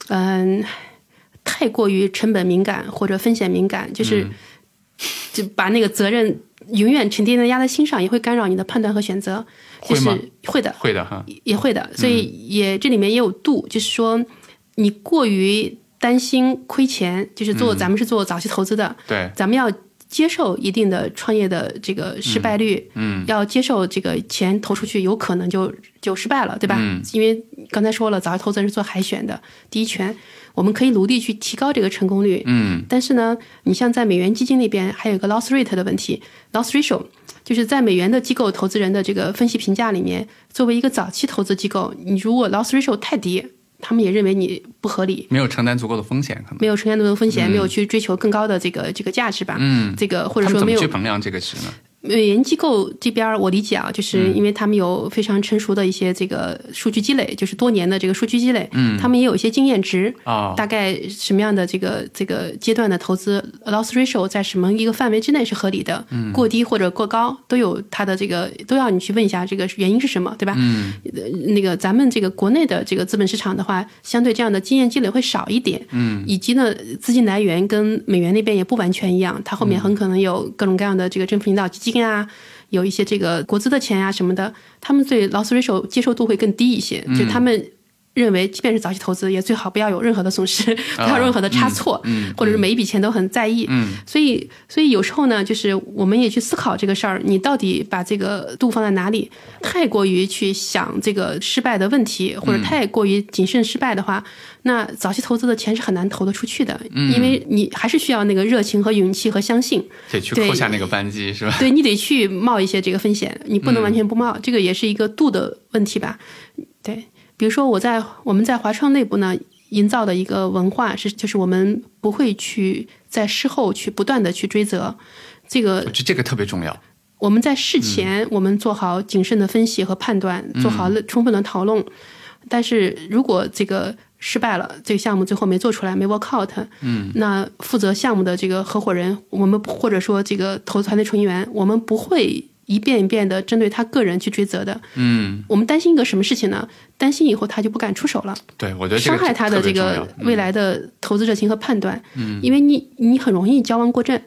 太过于成本敏感或者风险敏感，就把那个责任永远沉甸甸压在心上，也会干扰你的判断和选择。 会吗？ 会的， 会的哈， 也会的。所以这里面也有度，就是说你过于担心亏钱，就是咱们是做早期投资的， 对， 咱们要接受一定的创业的这个失败率，要接受这个钱投出去有可能就失败了，对吧？因为刚才说了，早期投资人是做海选的，第一权，我们可以努力去提高这个成功率。但是呢，你像在美元基金那边还有一个 loss rate 的问题 ，loss ratio， 就是在美元的机构投资人的这个分析评价里面，作为一个早期投资机构，你如果 loss ratio 太低，他们也认为你不合理， 没有承担足够的风险，可能没有承担足够的风险，没有去追求更高的这个价值吧。这个或者说没有他们怎么去衡量这个值呢？ 美元机构这边我理解啊，就是因为他们有非常成熟的一些这个数据积累，就是多年的这个数据积累，他们也有一些经验值，大概什么样的这个阶段的投资 loss ratio 在什么一个范围之内是合理的，过低或者过高都有它的这个，都要你去问一下这个原因是什么，对吧？那个咱们这个国内的这个资本市场的话，相对这样的经验积累会少一点，以及呢资金来源跟美元那边也不完全一样，它后面很可能有各种各样的这个政府引导基金啊，有一些这个国资的钱啊什么的，他们对 loss ratio 接受度会更低一些，就他们认为即便是早期投资也最好不要有任何的损失，不要有任何的差错，或者是每一笔钱都很在意。所以有时候呢，就是我们也去思考这个事儿，你到底把这个度放在哪里？太过于去想这个失败的问题，或者太过于谨慎失败的话，那早期投资的钱是很难投得出去的，因为你还是需要那个热情和勇气和相信， 得去扣下那个扳机，是吧？ 对，你得去冒一些这个风险，你不能完全不冒，这个也是一个度的问题吧。对，比如说我们在华创内部呢营造的一个文化就是我们不会去在事后去不断的去追责，这个特别重要。 我们在事前我们做好谨慎的分析和判断，做好充分的讨论，但是如果这个失败了，这个项目最后没做出来，没 work out，那负责项目的这个合伙人，我们或者说这个投资团队成员，我们不会一遍一遍的针对他个人去追责的。我们担心一个什么事情呢？担心以后他就不敢出手了。 对，我觉得这个伤害他的这个未来的投资热情和判断。因为你很容易矫枉过正，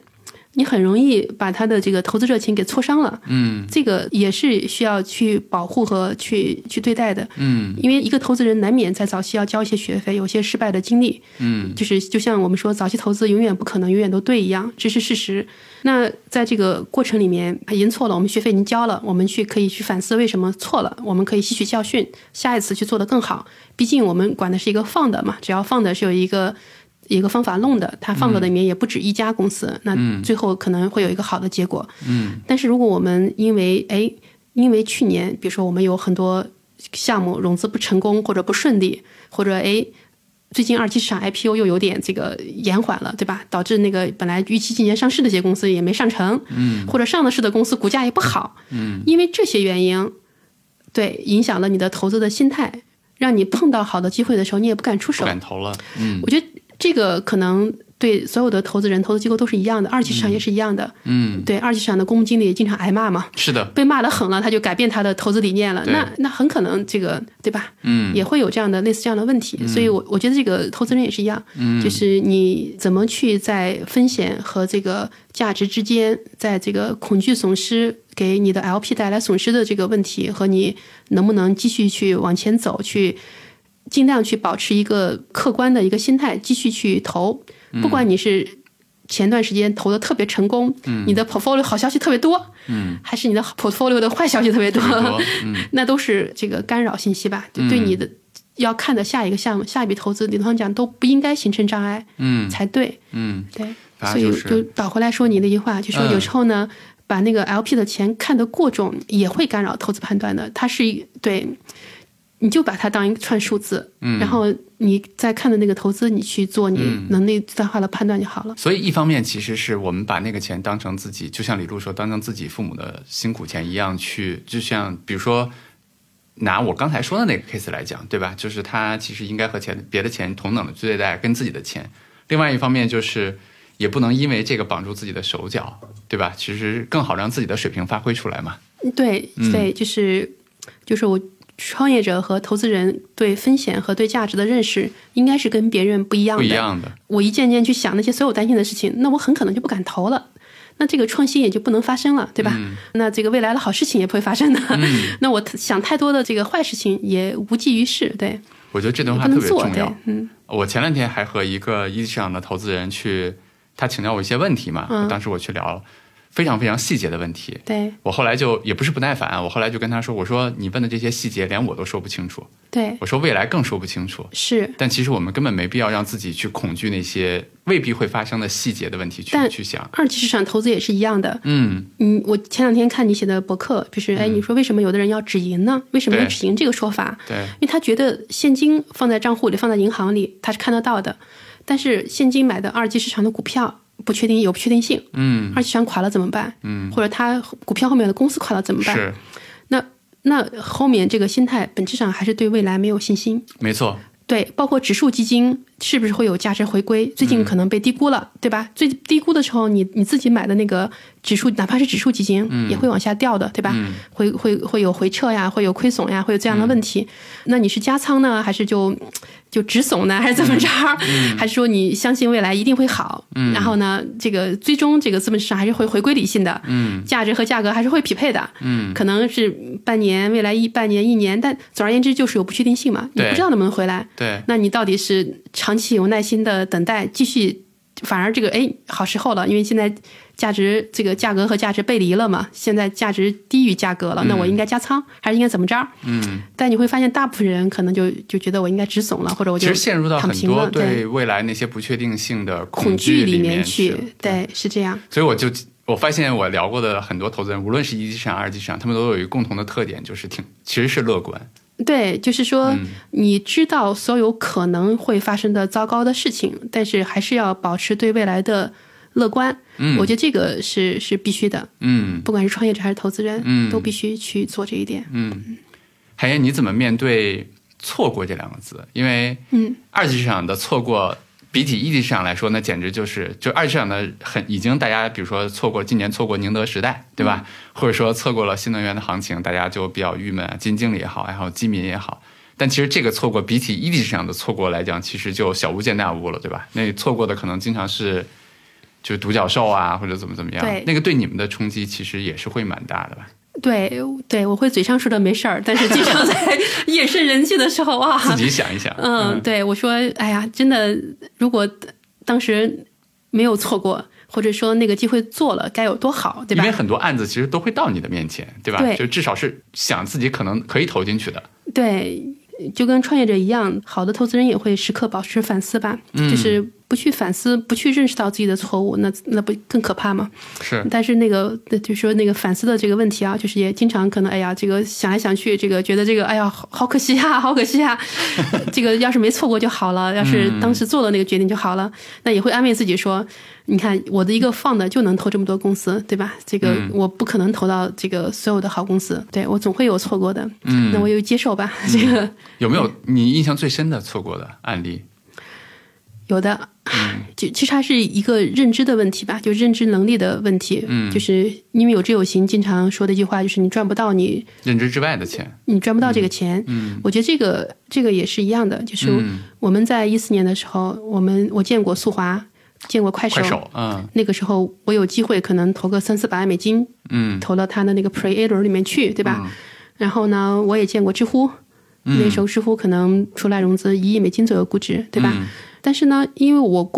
你很容易把他的这个投资热情给挫伤了。这个也是需要去保护和去对待的。因为一个投资人难免在早期要交一些学费，有些失败的经历。就是就像我们说，早期投资永远不可能永远都对一样，这是事实。那在这个过程里面已经错了，我们学费已经交了，我们可以去反思为什么错了，我们可以吸取教训，下一次去做得更好。毕竟我们管的是一个放的嘛，只要放的是有一个方法弄的，它放的里面也不止一家公司，那最后可能会有一个好的结果。但是如果我们因为去年比如说我们有很多项目融资不成功或者不顺利，或者最近二级市场 IPO 又有点这个延缓了，对吧？导致那个本来预期今年上市的一些公司也没上成，或者上了市的公司股价也不好，因为这些原因，对，影响了你的投资的心态，让你碰到好的机会的时候，你也不敢出手， 不敢投了。 我觉得这个可能对所有的投资人、投资机构都是一样的，二级市场也是一样的。对，二级市场的公募经理也经常挨骂嘛。 是的， 被骂得狠了，他就改变他的投资理念了。那很可能这个对吧？也会有这样的类似这样的问题。所以我觉得这个投资人也是一样，就是你怎么去在风险和这个价值之间，在这个恐惧损失给你的 LP 带来损失的这个问题，和你能不能继续去往前走，去尽量去保持一个客观的一个心态，继续去投。不管你是前段时间投的特别成功，你的 portfolio 好消息特别多，还是你的 portfolio 的坏消息特别多，那都是这个干扰信息吧，对你的要看的下一个项目、下一笔投资，理论上讲都不应该形成障碍，才对，对，所以就倒回来说你那句话，就说有时候呢，把那个 LP 的钱看得过重，也会干扰投资判断的，它是对。你就把它当一串数字，然后你在看的那个投资，你去做你能力最大化的判断就好了。 所以一方面其实是我们把那个钱当成自己，就像李璐说，当成自己父母的辛苦钱一样去，就像比如说拿我刚才说的那个 case 来讲，对吧？就是他其实应该和别的钱同等的对待，跟自己的钱。另外一方面就是也不能因为这个绑住自己的手脚，对吧？其实更好让自己的水平发挥出来嘛。 对，就是我。创业者和投资人对风险和对价值的认识应该是跟别人不一样的。我一件件去想那些所有担心的事情，那我很可能就不敢投了，那这个创新也就不能发生了，对吧？那这个未来的好事情也不会发生的。那我想太多的这个坏事情也无济于事。对， 我觉得这段话特别重要。我前两天还和一个一级市场的投资人他请教我一些问题嘛，当时我去聊非常非常细节的问题， 对， 我后来就也不是不耐烦，我后来就跟他说，我说你问的这些细节连我都说不清楚， 对， 我说未来更说不清楚， 是， 但其实我们根本没必要让自己去恐惧那些未必会发生的细节的问题去想。 二级市场投资也是一样的，我前两天看你写的博客，就是你说为什么有的人要止盈呢？为什么要止盈这个说法？ 对， 因为他觉得现金放在账户里，放在银行里，他是看得到的，但是现金买的二级市场的股票。有不确定性，二级市场垮了怎么办？或者他股票后面的公司垮了怎么办？ 是， 那后面这个心态本质上还是对未来没有信心。 没错， 对，包括指数基金是不是会有价值回归？最近可能被低估了，对吧？最低估的时候，你自己买的那个指数，哪怕是指数基金，也会往下掉的，对吧？会有回撤呀，会有亏损呀，会有这样的问题。那你是加仓呢，还是就止损呢，还是怎么着？还是说你相信未来一定会好？然后呢，这个最终这个资本市场还是会回归理性的，价值和价格还是会匹配的，可能是半年，未来半年、1年，但总而言之就是有不确定性嘛，你不知道能不能回来。 对， 那你到底是长期有耐心的等待，继续，反而这个好时候了，因为现在这个价格和价值背离了嘛，现在价值低于价格了，那我应该加仓还是应该怎么着？但你会发现大部分人可能就觉得我应该止损了，或者我就其实陷入到很多对未来那些不确定性的恐惧里面去， 对，是这样。 所以我发现我聊过的很多投资人，无论是一级市场、二级市场，他们都有一个共同的特点，就是其实是乐观。 对，就是说你知道所有可能会发生的糟糕的事情，但是还是要保持对未来的乐观。我觉得这个是必须的。不管是创业者还是投资人，都必须去做这一点。 海燕，你怎么面对错过这两个字？因为二级市场的错过比起一级市场来说，那简直就二级市场的已经大家比如说今年错过宁德时代，对吧？或者说错过了新能源的行情，大家就比较郁闷啊，基金经理也好，还有基民也好。但其实这个错过比起一级市场的错过来讲，其实就小巫见大巫了，对吧？那错过的可能经常是就独角兽啊，或者怎么样， 对， 那个对你们的冲击其实也是会蛮大的吧？ 对，我会嘴上说的没事儿，但是经常在夜深人静的时候啊， 自己想一想。 对，我说，哎呀，真的，如果当时没有错过，或者说那个机会做了，该有多好，对吧？ 因为很多案子其实都会到你的面前，对吧？ 对， 就至少是想自己可能可以投进去的。 对，就跟创业者一样，好的投资人也会时刻保持反思吧，就是不去反思，不去认识到自己的错误，那不更可怕吗？ 是。 但是就是说那个反思的这个问题啊，就是也经常可能，哎呀，这个想来想去，这个觉得这个，哎呀，好可惜啊，好可惜啊，这个要是没错过就好了，要是当时做了那个决定就好了，那也会安慰自己说，你看我的一个放的就能投这么多公司，对吧？这个我不可能投到这个所有的好公司，对，我总会有错过的，那我就接受吧。这个有没有你印象最深的错过的案例？ 有的，其实还是一个认知的问题吧，就认知能力的问题。就是因为有知有行，经常说的一句话就是你赚不到你认知之外的钱， 你赚不到这个钱。我觉得这个也是一样的，就是我们在2014年的时候，我见过速滑，见过快手，那个时候我有机会可能投个300-400万美金，投到他的那个 Pre-A 轮里面去，对吧？然后呢，我也见过知乎，那时候知乎可能出来融资1亿美金左右估值，对吧？但是呢，因为我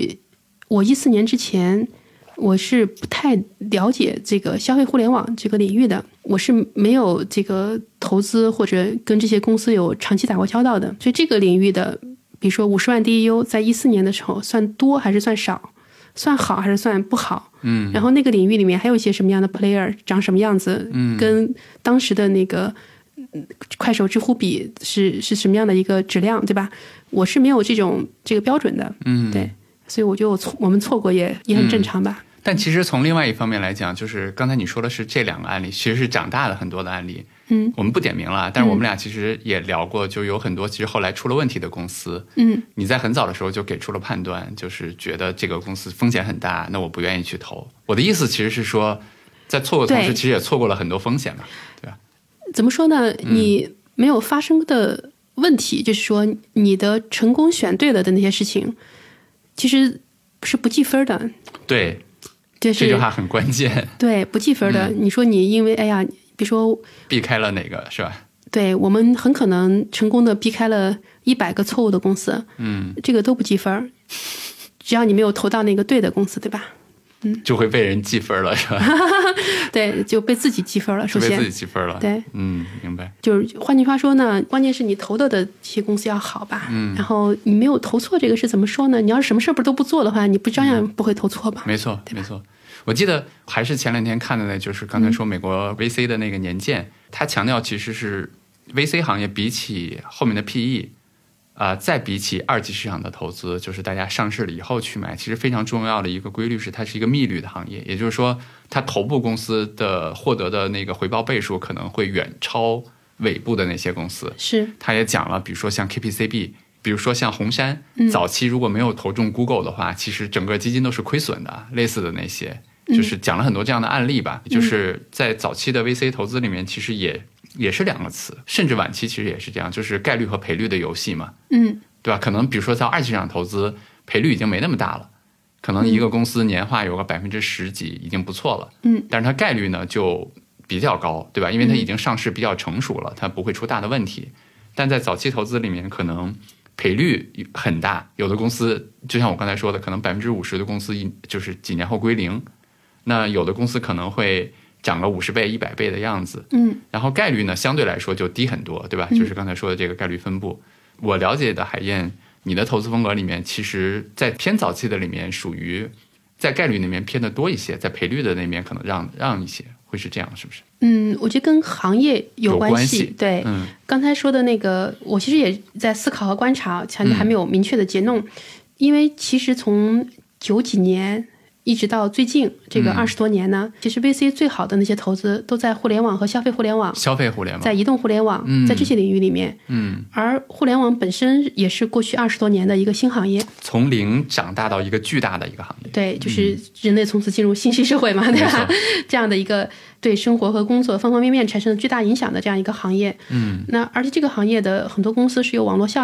14年之前，我是不太了解这个消费互联网这个领域的，我是没有这个投资或者跟这些公司有长期打过交道的，所以这个领域的，比如说50万 DAU， 在14年的时候算多还是算少，算好还是算不好？然后那个领域里面还有一些什么样的 player， 长什么样子，跟当时的那个快手、知乎比是什么样的一个质量，对吧？我是没有这个标准的，对，所以我觉得我们错过也很正常吧。 但其实从另外一方面来讲，就是刚才你说的是这2个案例，其实是长大了很多的案例。我们不点名了，但是我们俩其实也聊过，就有很多其实后来出了问题的公司。你在很早的时候就给出了判断，就是觉得这个公司风险很大，那我不愿意去投。我的意思其实是说，在错过同时，其实也错过了很多风险嘛，对吧？ 怎么说呢？你没有发生的问题，就是说你的成功选对了的那些事情，其实是不计分的。 对， 就是这句话很关键。 对，不计分的。你说你因为哎呀，比如说避开了哪个是吧？ 对，我们很可能成功的避开了100个错误的公司，这个都不计分，只要你没有投到那个对的公司，对吧？ 就会被人记分了，是吧？ 对，就被自己记分了。首先被自己记分了。 对， 明白。 就是换句话说呢，关键是你投的这些公司要好吧？然后你没有投错，这个是怎么说呢？你要是什么事儿都不做的话，你不照样不会投错吧？ 没错，没错。我记得还是前2天看的呢，就是刚才说美国 VC 的那个年鉴，他强调其实是 VC 行业比起后面的 PE。再比起2级市场的投资，就是大家上市了以后去买，其实非常重要的一个规律是，它是一个幂律的行业，也就是说，它头部公司的获得的那个回报倍数可能会远超尾部的那些公司。 是， 他也讲了，比如说像 KPCB， 比如说像红杉，早期如果没有投中 Google 的话，其实整个基金都是亏损的，类似的那些，就是讲了很多这样的案例吧。就是在早期的 VC 投资里面，其实也是2个词，甚至晚期其实也是这样，就是概率和赔率的游戏嘛，对吧？可能比如说在2级市场投资，赔率已经没那么大了，可能一个公司年化有个10%几已经不错了，但是它概率呢就比较高，对吧？因为它已经上市比较成熟了，它不会出大的问题。但在早期投资里面，可能赔率很大，有的公司就像我刚才说的，可能50%的公司就是几年后归零，那有的公司可能会涨个50倍、100倍的样子，然后概率呢相对来说就低很多，对吧？就是刚才说的这个概率分布。我了解的海燕，你的投资风格里面，其实在偏早期的里面属于在概率那边偏的多一些，在赔率的那边可能让一些，会是这样，是不是？ 我觉得跟行业有关系。对，刚才说的那个，我其实也在思考和观察，强调还没有明确的结论，因为其实从90几年。一直到最近这个20多年呢，其实 VC 最好的那些投资都在互联网和消费互联网，在移动互联网，在这些领域里面，而互联网本身也是过去20多年的一个新行业， 从零长大到一个巨大的一个行业。 对，就是人类从此进入信息社会嘛，对吧？这样的一个对生活和工作方方面面产生了巨大影响的这样一个行业。那而且这个行业的很多公司是有网络效应，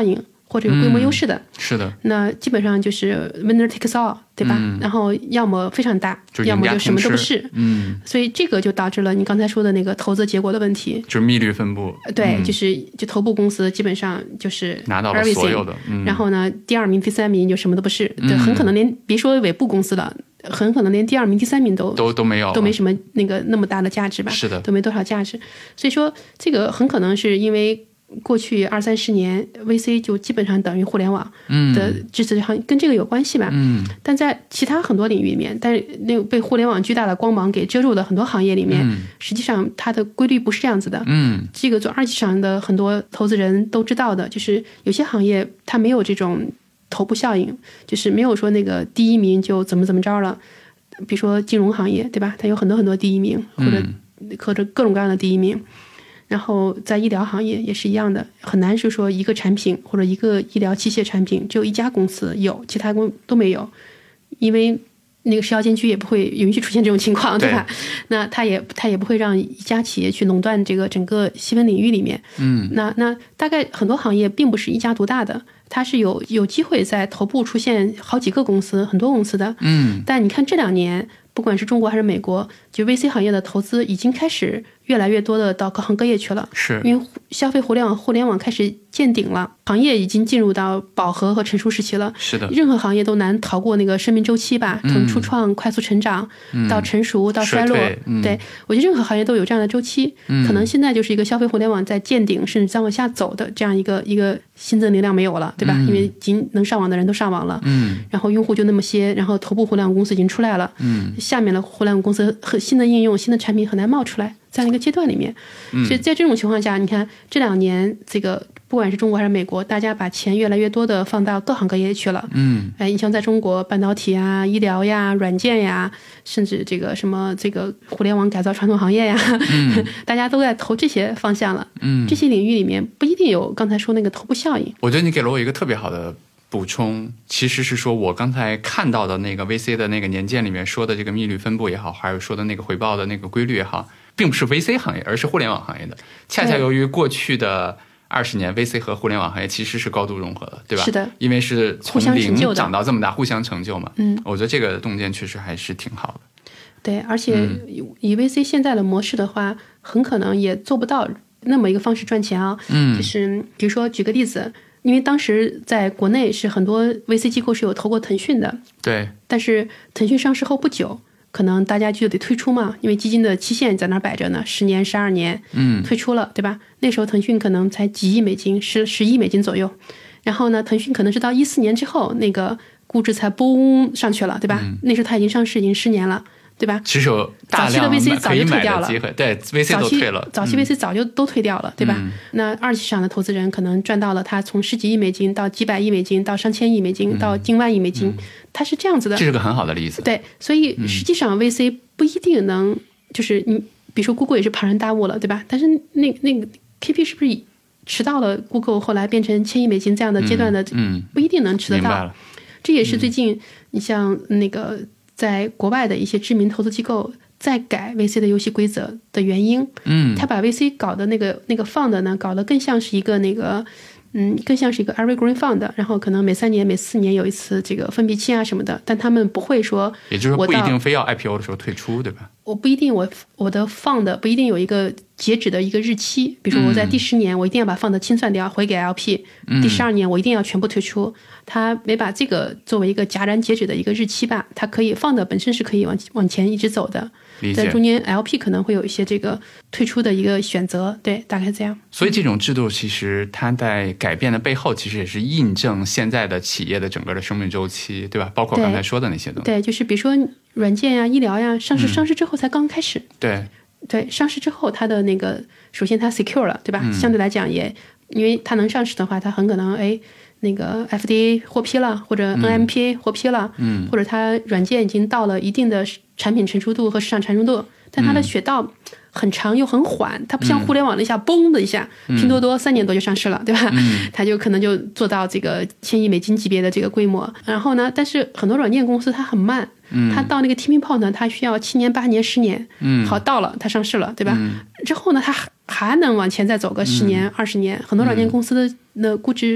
或者有规模优势的， 是的， 那基本上就是 winner takes all， 对吧？然后要么非常大，要么就什么都不是。所以这个就导致了你刚才说的那个投资结果的问题， 就是密率分布。 对，就头部公司基本上就是拿到了所有的， 然后呢，第2名、第3名就什么都不是，很可能连别说尾部公司了。很可能连第2名、第3名都没有， 都没什么那么大的价值吧？ 是的， 都没多少价值。所以说，这个很可能是因为过去20-30年 VC 就基本上等于互联网的支持行业，跟这个有关系吧？但在其他很多领域里面，但是那被互联网巨大的光芒给遮住的很多行业里面，实际上它的规律不是这样子的。这个做二级市场的很多投资人都知道的，就是有些行业它没有这种头部效应，就是没有说那个第1名就怎么着了。比如说金融行业，对吧？它有很多第1名，或者各种各样的第1名。然后在医疗行业也是一样的，很难是说一个产品或者一个医疗器械产品只有一家公司有，其他都没有，因为那个食药监局也不会允许出现这种情况，对吧？那他也不会让一家企业去垄断这个整个细分领域里面。那大概很多行业并不是一家独大的，它是有机会在头部出现好几个公司、很多公司的。但你看这2年，不管是中国还是美国，就 VC 行业的投资已经开始越来越多的到各行各业去了， 是因为消费互联网开始见顶了，行业已经进入到饱和和成熟时期了。 是的， 任何行业都难逃过那个生命周期吧，从初创快速成长到成熟到衰落。对，我觉得任何行业都有这样的周期，可能现在就是一个消费互联网在见顶甚至再往下走的这样一个新增流量没有了，对吧？因为已经能上网的人都上网了，然后用户就那么些，然后头部互联网公司已经出来了，下面的互联网公司和新的应用、新的产品很难冒出来，这样一个阶段里面。所以在这种情况下，你看这2年这个不管是中国还是美国，大家把钱越来越多的放到各行各业去了。你像在中国半导体啊、医疗呀、软件呀，甚至这个什么这个互联网改造传统行业呀，大家都在投这些方向了。这些领域里面不一定有刚才说那个头部效应。 我觉得你给了我一个特别好的补充，其实是说我刚才看到的那个 VC 的那个年鉴里面说的这个密率分布也好，还有说的那个回报的那个规律也好，并不是 VC 行业，而是互联网行业的。恰恰由于过去的20年 VC 和互联网行业其实是高度融合的，对吧？ 是的， 因为是从零长到这么大，互相成就嘛。我觉得这个洞见确实还是挺好的。 对，而且以 VC 现在的模式的话，很可能也做不到那么一个方式赚钱啊。就是比如说举个例子，因为当时在国内是很多 VC 机构是有投过腾讯的， 对， 但是腾讯上市后不久，可能大家就得退出嘛，因为基金的期限在那摆着呢，10年、12年，退出了，对吧？那时候腾讯可能才几亿美金，10亿美金左右，然后呢，腾讯可能是到14年之后，那个估值才嘣上去了，对吧？那时候它已经上市已经10年了。对吧？ 其实有大量可以买的机会，对 VC 都退了， 早期 VC 早就都退掉了，对吧？那二级市场的投资人可能赚到了，他从10几亿美金到几百亿美金，到上千亿美金，到近万亿美金，它是这样子的。 这是个很好的例子。 对，所以实际上 VC 不一定能，就是你比如说 Google 也是庞然大物了，对吧？但是那个 KP 是不是迟到了 Google 后来变成1000亿美金这样的阶段的，不一定能吃得到。这也是最近你像那个。在国外的一些知名投资机构在改 VC 的游戏规则的原因，他把 VC 搞的那个 fund 呢，搞得更像是一个更像是一个 evergreen fund， 然后可能每3年、每4年有一次这个分批期啊什么的，但他们不会说， 也就是说不一定非要 IPO 的时候退出，对吧？ 我不一定，我的 fund 不一定有一个截止的一个日期，比如说我在第10年我一定要把 fund 清算掉，回给 LP，第12年我一定要全部退出，他没把这个作为一个戛然截止的一个日期吧，它可以 fund 本身是可以往前一直走的。在中间 LP 可能会有一些这个退出的一个选择，对，大概这样。 所以这种制度其实它在改变的背后，其实也是印证现在的企业的整个的生命周期，对吧？包括刚才说的那些东西。 对，就是比如说软件呀、医疗呀，上市之后才刚开始。对，上市之后它的那个，首先它 secure 了，对吧？相对来讲也，因为它能上市的话，它很可能那个 FDA 获批了，或者 NMPA 获批了，或者它软件已经到了一定的产品成熟度和市场成熟度，但它的雪道很长又很缓，它不像互联网的一下嘣的一下，拼多多3年多就上市了，对吧？它就可能就做到这个1000亿美金级别的这个规模。然后呢，但是很多软件公司它很慢，它到那个 tipping point 呢，它需要7年、8年、10年，好到了它上市了，对吧？之后呢，它还能往前再走个10年、20年。很多软件公司的估值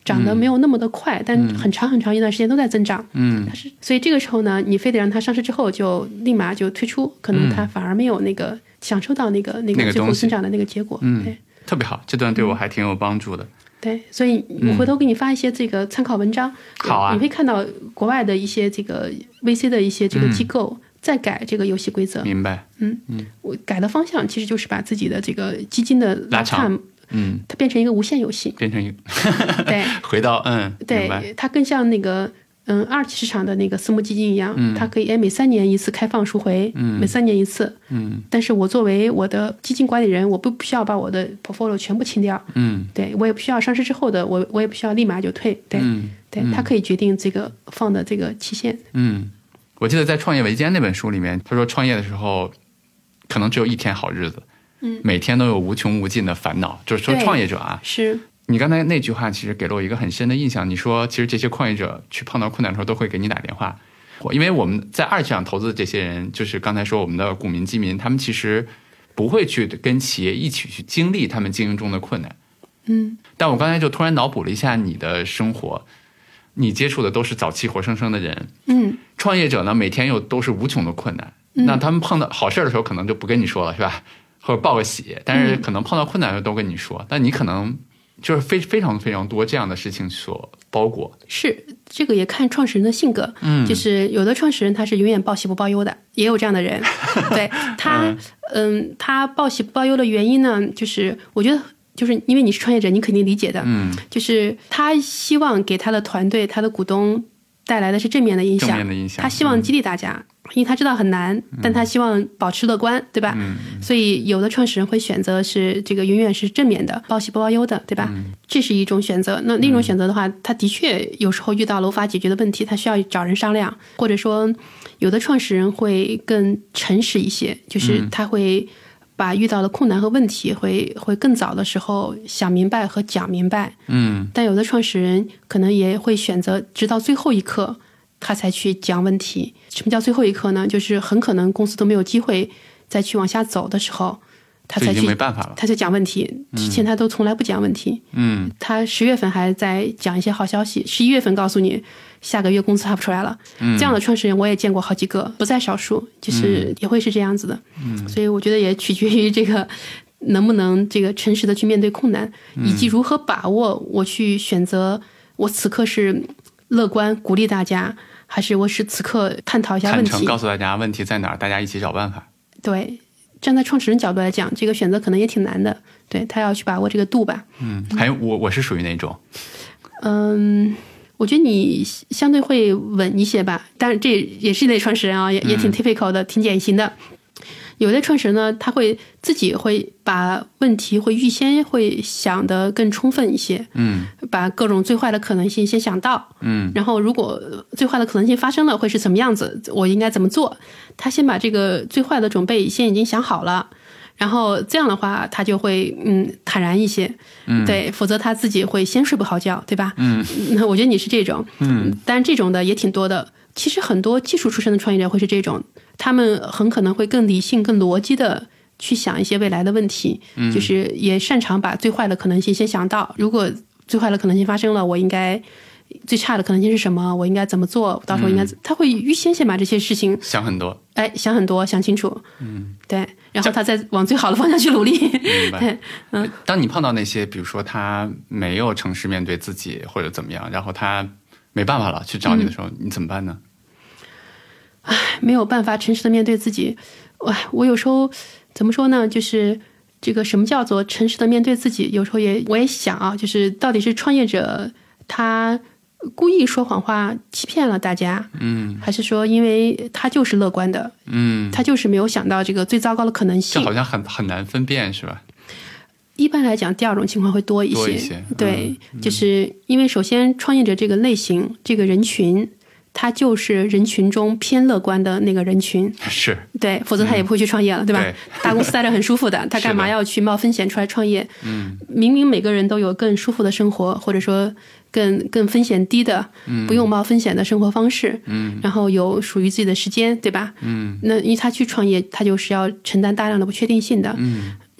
涨得没有那么的快，但很长很长一段时间都在增长。所以这个时候呢，你非得让它上市之后就立马就退出，可能它反而没有那个享受到那个最后增长的那个结果。对， 特别好，这段对我还挺有帮助的。 对，所以我回头给你发一些这个参考文章， 好啊， 你会看到国外的一些这个 VC 的一些这个机构在改这个游戏规则。 明白。 我改的方向其实就是把自己的这个基金的拉长， 它变成一个无限游戏， 变成一个对， 回到对，它更像那个二级市场的那个私募基金一样，它可以每3年一次开放赎回，每3年一次。但是我作为我的基金管理人，我不需要把我的 portfolio 全部清掉。对，我也不需要上市之后的我也不需要立马就退。对，对，它可以决定这个放的这个期限。 我记得在《创业维艰》那本书里面，他说创业的时候可能只有一天好日子，每天都有无穷无尽的烦恼，就是说创业者啊， 是。 你刚才那句话其实给了我一个很深的印象，你说其实这些创业者去碰到困难的时候都会给你打电话，因为我们在二级市场投资的这些人，就是刚才说我们的股民基民，他们其实不会去跟企业一起去经历他们经营中的困难。但我刚才就突然脑补了一下你的生活，你接触的都是早期活生生的人，创业者呢每天又都是无穷的困难，那他们碰到好事的时候可能就不跟你说了，是吧？或者报个喜，但是可能碰到困难的时候都跟你说，但你可能就是非常非常多这样的事情所包裹。 是，这个也看创始人的性格。就是有的创始人他是永远报喜不报忧的，也有这样的人。对他，他报喜不报忧的原因呢，就是我觉得就是因为你是创业者，你肯定理解的。就是他希望给他的团队、他的股东带来的是正面的影响，他希望激励大家。因为他知道很难，但他希望保持乐观，对吧？所以有的创始人会选择是这个永远是正面的，报喜不报忧的，对吧？这是一种选择。那另一种选择的话，他的确有时候遇到了无法解决的问题，他需要找人商量，或者说有的创始人会更诚实一些，就是他会把遇到的困难和问题会更早的时候想明白和讲明白。但有的创始人可能也会选择直到最后一刻他才去讲问题。什么叫最后一刻呢？就是很可能公司都没有机会再去往下走的时候，他才去， 没办法了， 他才讲问题。之前他都从来不讲问题。他10月份还在讲一些好消息，11月份告诉你下个月工资发不出来了。这样的创始人我也见过好几个，不在少数，就是也会是这样子的。所以我觉得也取决于这个能不能这个诚实的去面对困难，以及如何把握我去选择我此刻是乐观鼓励大家，还是我是此刻探讨一下问题， 坦诚告诉大家问题在哪儿，大家一起找办法。 对，站在创始人角度来讲，这个选择可能也挺难的。对，他要去把握这个度吧。 还有我是属于哪种？ 我觉得你相对会稳一些吧，但是这也是一类创始人啊，也挺 typical 的，挺典型的。有的创始人呢，他会自己会把问题会预先会想得更充分一些，把各种最坏的可能性先想到，然后如果最坏的可能性发生了会是怎么样子，我应该怎么做，他先把这个最坏的准备先已经想好了，然后这样的话他就会坦然一些，对，否则他自己会先睡不好觉，对吧？那我觉得你是这种，当然这种的也挺多的。其实很多技术出身的创业者会是这种，他们很可能会更理性、更逻辑的去想一些未来的问题，就是也擅长把最坏的可能性先想到。如果最坏的可能性发生了，我应该最差的可能性是什么？我应该怎么做？到时候应该，他会预先把这些事情想很多， 想很多，想清楚，对，然后他再往最好的方向去努力。 明白。当你碰到那些，比如说他没有诚实面对自己或者怎么样，然后他没办法了去找你的时候，你怎么办呢？ 没有办法诚实的面对自己，我有时候怎么说呢？就是这个什么叫做诚实的面对自己？有时候我也想啊，就是到底是创业者他故意说谎话欺骗了大家，还是说因为他就是乐观的，他就是没有想到这个最糟糕的可能性？ 这好像很难分辨，是吧？ 一般来讲，第二种情况会多一些。对，就是因为首先创业者这个类型，这个人群，他就是人群中偏乐观的那个人群， 是对，否则他也不会去创业了，对吧？大公司待着很舒服的，他干嘛要去冒风险出来创业？明明每个人都有更舒服的生活，或者说更风险低的，不用冒风险的生活方式，然后有属于自己的时间，对吧？那因为他去创业，他就是要承担大量的不确定性的，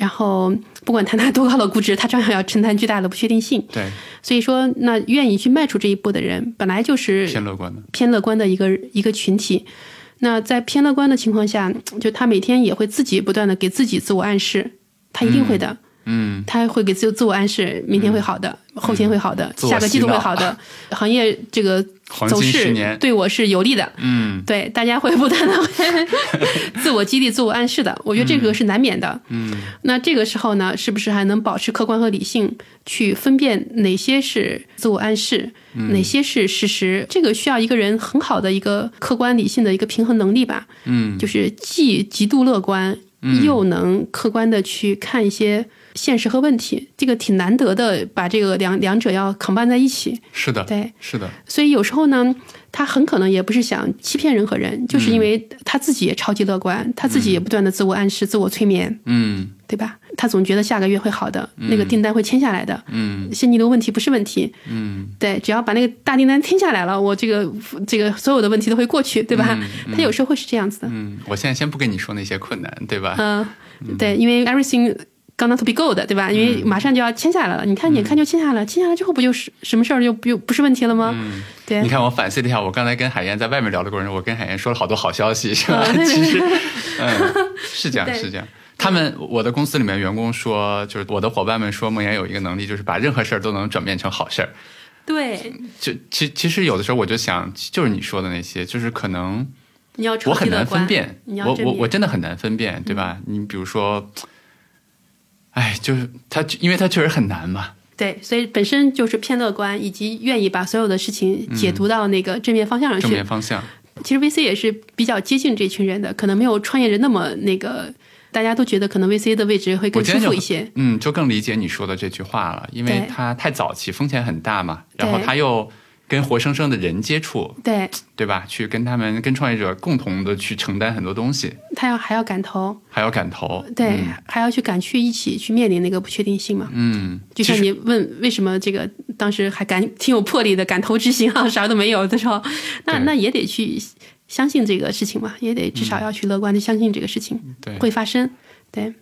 然后不管他拿多高的估值，他照样要承担巨大的不确定性。 对， 所以说那愿意去迈出这一步的人本来就是偏乐观的一个群体。那在偏乐观的情况下，就他每天也会自己不断的给自己自我暗示，他一定会的。他会给自我暗示，明天会好的，后天会好的，下个季度会好的，行业这个走势对我是有利的。对，大家会不断的自我激励、自我暗示的。我觉得这个是难免的。那这个时候呢，是不是还能保持客观和理性，去分辨哪些是自我暗示，哪些是事实？这个需要一个人很好的一个客观理性的一个平衡能力吧。就是既极度乐观，又能客观的去看一些现实和问题，这个挺难得的，把这个两者要combine在一起。 是的， 对， 是的。 所以有时候呢，他很可能也不是想欺骗任何人，就是因为他自己也超级乐观，他自己也不断的自我暗示、自我催眠，对吧？他总觉得下个月会好的，那个订单会签下来的，现金流问题不是问题，对，只要把那个大订单签下来了，我这个所有的问题都会过去，对吧？他有时候会是这样子的。 我现在先不跟你说那些困难，对吧？ 对，因为 everything gonna to be good， 对吧？因为马上就要签下来了，你看眼看就签下来，签下来之后不就是什么事儿就不是问题了吗？对。 你看我反思了一下，我刚才跟海燕在外面聊的过程中，我跟海燕说了好多好消息，是吧？其实，是这样，是这样。我的公司里面员工说，就是我的伙伴们说，梦妍有一个能力，就是把任何事儿都能转变成好事儿。 对。 就其实有的时候我就想，就是你说的那些，就是可能我很难分辨，我真的很难分辨，对吧？你比如说。就是因为它确实很难嘛。 对，所以本身就是偏乐观，以及愿意把所有的事情解读到那个正面方向上去。 正面方向。 其实 VC 也是比较接近这群人的，可能没有创业人那么那个，大家都觉得可能 VC 的位置会更舒服一些。 就更理解你说的这句话了，因为它太早期，风险很大嘛，然后它又跟活生生的人接触，对吧？去跟创业者共同的去承担很多东西。 他还要赶头，对，还要去赶去一起去面临那个不确定性嘛。就像你问为什么这个当时还挺有魄力的赶头执行啊，啥都没有的时候，那也得去相信这个事情嘛，也得至少要去乐观的相信这个事情会发生。对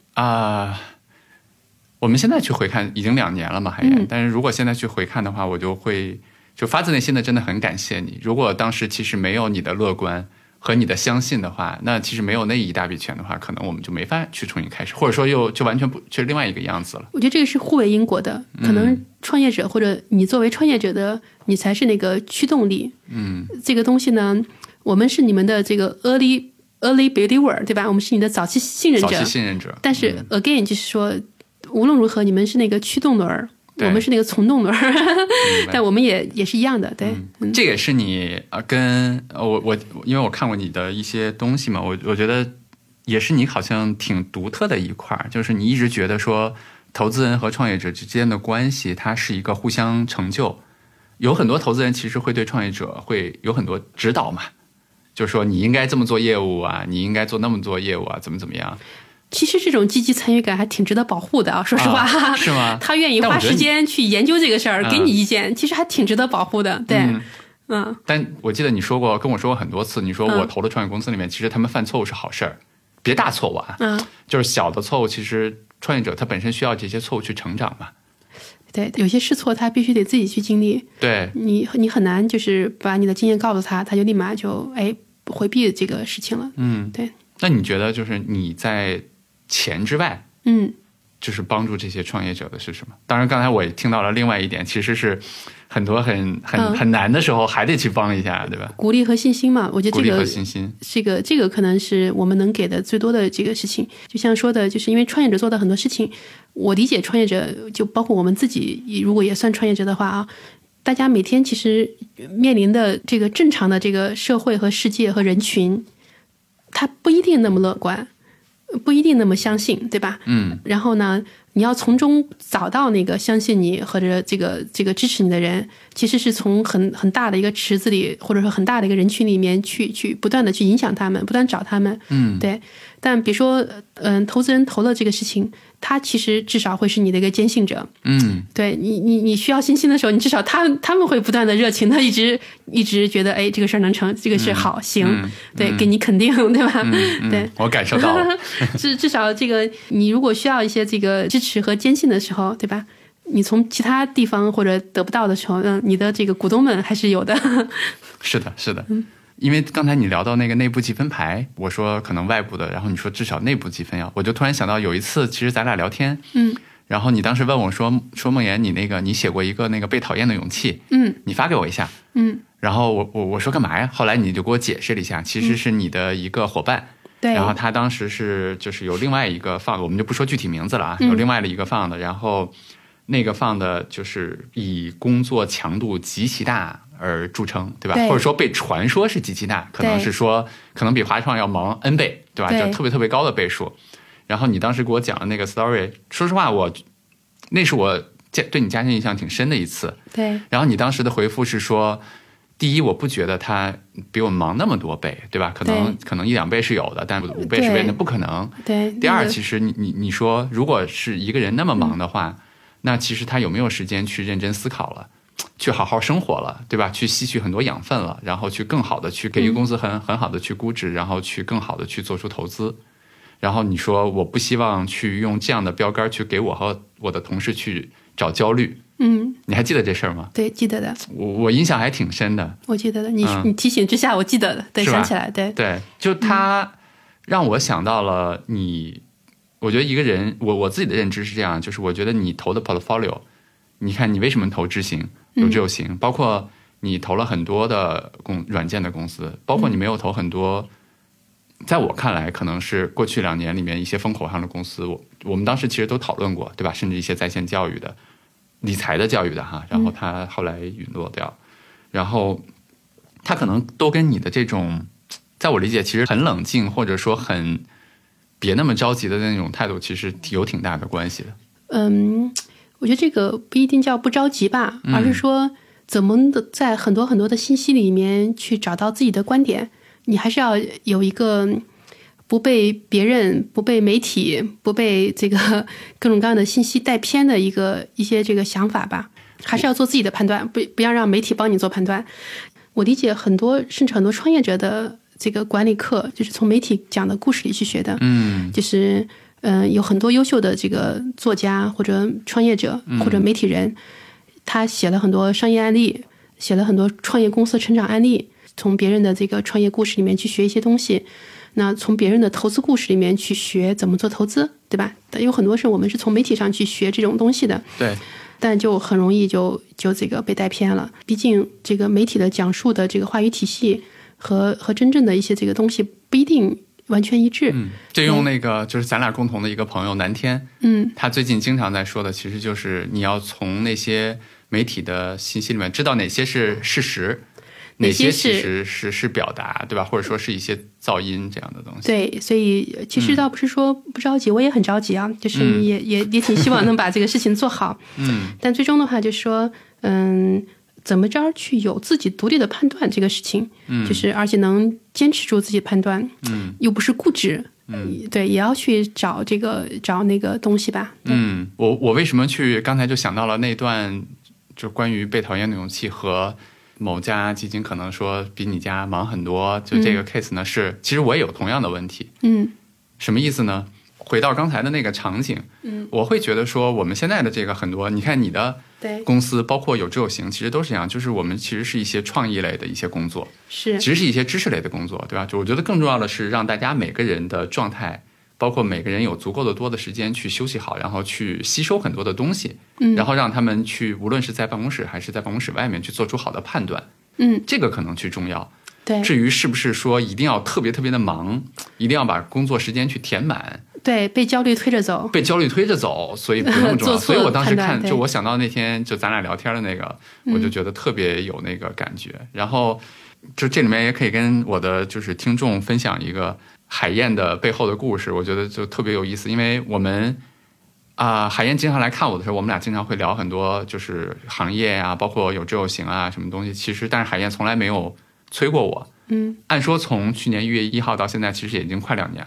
我们现在去回看，已经2年了嘛，海燕。但是如果现在去回看的话，我就发自内心的真的很感谢你。如果当时其实没有你的乐观和你的相信的话，那其实没有那一大笔钱的话，可能我们就没法去重新开始，或者说就完全就是另外一个样子了。 我觉得这个是互为因果的，可能创业者或者你作为创业者的你才是那个驱动力。这个东西呢，我们是你们的这个 early believer， 对吧？我们是你的早期信任者。但是 again 就是说，无论如何你们是那个驱动轮，我们是那个从动轮，但我们也是一样的。对， 这也是你跟我因为我看过你的一些东西嘛，我觉得也是你好像挺独特的一块，就是你一直觉得说投资人和创业者之间的关系它是一个互相成就。有很多投资人其实会对创业者会有很多指导嘛，就是说你应该这么做业务啊，你应该做那么做业务啊，怎么样。 其实这种积极参与感还挺值得保护的啊，说实话。 是吗？ 他愿意花时间去研究这个事儿，给你意见，其实还挺值得保护的。对， 但我记得你跟我说过很多次，你说我投的创业公司里面，其实他们犯错误是好事儿，别大错误啊。就是小的错误，其实创业者他本身需要这些错误去成长嘛。 对，有些试错他必须得自己去经历。 对， 你很难就是把你的经验告诉他，他就立马就回避这个事情了。对。 那你觉得就是你在钱之外，就是帮助这些创业者的是什么？当然，刚才我也听到了另外一点，其实是很多很难的时候还得去帮一下，对吧？ 鼓励和信心嘛，我觉得这个鼓励和信心， 这个可能是我们能给的最多的这个事情。就像说的，就是因为创业者做的很多事情，我理解创业者，就包括我们自己，如果也算创业者的话啊，大家每天其实面临的这个正常的这个社会和世界和人群，他不一定那么乐观。不一定那么相信，对吧？然后呢，你要从中找到那个相信你或者这个支持你的人，其实是从很大的一个池子里，或者说很大的一个人群里面去不断的去影响他们，不断找他们。对。但比如说，投资人投了这个事情， 他其实至少会是你的一个坚信者。对你需要信心的时候，你至少他们会不断的热情的一直觉得，哎，这个事儿能成，这个事好行，对，给你肯定，对吧？对， 我感受到了。 至少这个你如果需要一些这个支持和坚信的时候，对吧？你从其他地方或者得不到的时候，你的这个股东们还是有的。 是的，是的。因为刚才你聊到那个内部积分牌，我说可能外部的，然后你说至少内部积分要，我就突然想到有一次，其实咱俩聊天，然后你当时问我说梦妍，你写过一个那个被讨厌的勇气，你发给我一下，然后我说干嘛呀？后来你就给我解释了一下，其实是你的一个伙伴， 对， 然后他当时就是有另外一个放，我们就不说具体名字了啊，有另外的一个放的，然后那个放的就是以工作强度极其大而著称，对吧？ 对， 或者说被传说是极其大，可能是说可能比华创要忙 N 倍，对吧？就特别特别高的倍数。然后你当时给我讲的那个 story， 说实话，那是我对你家庭印象挺深的一次。 对。 然后你当时的回复是说，第一，我不觉得他比我们忙那么多倍，对吧？可能1-2倍是有的，但5倍10倍那不可能。 对。 第二，其实你说，如果是一个人那么忙的话，那其实他有没有时间去认真思考了？去好好生活了，对吧？去吸取很多养分了，然后去更好的去给予公司很好的去估值，然后去更好的去做出投资。然后你说我不希望去用这样的标杆去给我和我的同事去找焦虑。你还记得这事儿吗？ 对，记得的。 我印象还挺深的。 我记得的，你提醒之下，我记得的，对，想起来，对对，就他让我想到了你。我觉得一个人，我自己的认知是这样，就是我觉得你投的 portfolio， 你看你为什么投知行？有志有行，包括你投了很多的软件的公司，包括你没有投很多，在我看来可能是过去2年里面一些风口上的公司，我们当时其实都讨论过，对吧？甚至一些在线教育的、理财的教育的哈，然后它后来陨落掉，然后它可能都跟你的这种，在我理解其实很冷静或者说很别那么着急的那种态度，其实有挺大的关系的。 我觉得这个不一定叫不着急吧，而是说怎么在很多很多的信息里面去找到自己的观点。你还是要有一个不被别人、不被媒体、不被这个各种各样的信息带偏的一些这个想法吧。还是要做自己的判断，不要让媒体帮你做判断。我理解甚至很多创业者的这个管理课，就是从媒体讲的故事里去学的。就是有很多优秀的这个作家或者创业者或者媒体人，他写了很多商业案例，写了很多创业公司成长案例，从别人的这个创业故事里面去学一些东西，那从别人的投资故事里面去学怎么做投资，对吧？有很多是我们是从媒体上去学这种东西的， 对， 但就很容易就这个被带偏了。毕竟这个媒体的讲述的这个话语体系和真正的一些这个东西不一定完全一致。 就用那个就是咱俩共同的一个朋友南天，他最近经常在说的，其实就是你要从那些媒体的信息里面知道哪些是事实，哪些其实是表达，对吧？或者说是一些噪音这样的东西。 对，所以其实倒不是说不着急，我也很着急啊，就是也挺希望能把这个事情做好。但最终的话就是说，怎么着去有自己独立的判断这个事情，就是而且能坚持住自己判断，又不是固执，对，也要去找那个东西吧。 我为什么刚才就想到了那段，就关于被讨厌的勇气和某家基金可能说比你家忙很多，就这个 case 呢，是其实我也有同样的问题。什么意思呢？回到刚才的那个场景，我会觉得说我们现在的这个很多，你看你的公司包括有志有行，其实都是这样，就是我们其实是一些创意类的一些工作，其实是一些知识类的工作，对吧？就我觉得更重要的是让大家每个人的状态，包括每个人有足够的多的时间去休息好，然后去吸收很多的东西，然后让他们去无论是在办公室还是在办公室外面去做出好的判断，这个可能去重要。 对， 至于是不是说一定要特别特别的忙，一定要把工作时间去填满， 对，被焦虑推着走，所以不那么重要。所以我当时看，就我想到那天就咱俩聊天的那个，我就觉得特别有那个感觉。然后就这里面也可以跟我的就是听众分享一个海燕的背后的故事，我觉得就特别有意思。因为我们海燕经常来看我的时候，我们俩经常会聊很多就是行业啊，包括有志有行啊什么东西。其实但是海燕从来没有催过我。按说从去年1月1号到现在，其实也已经快2年了。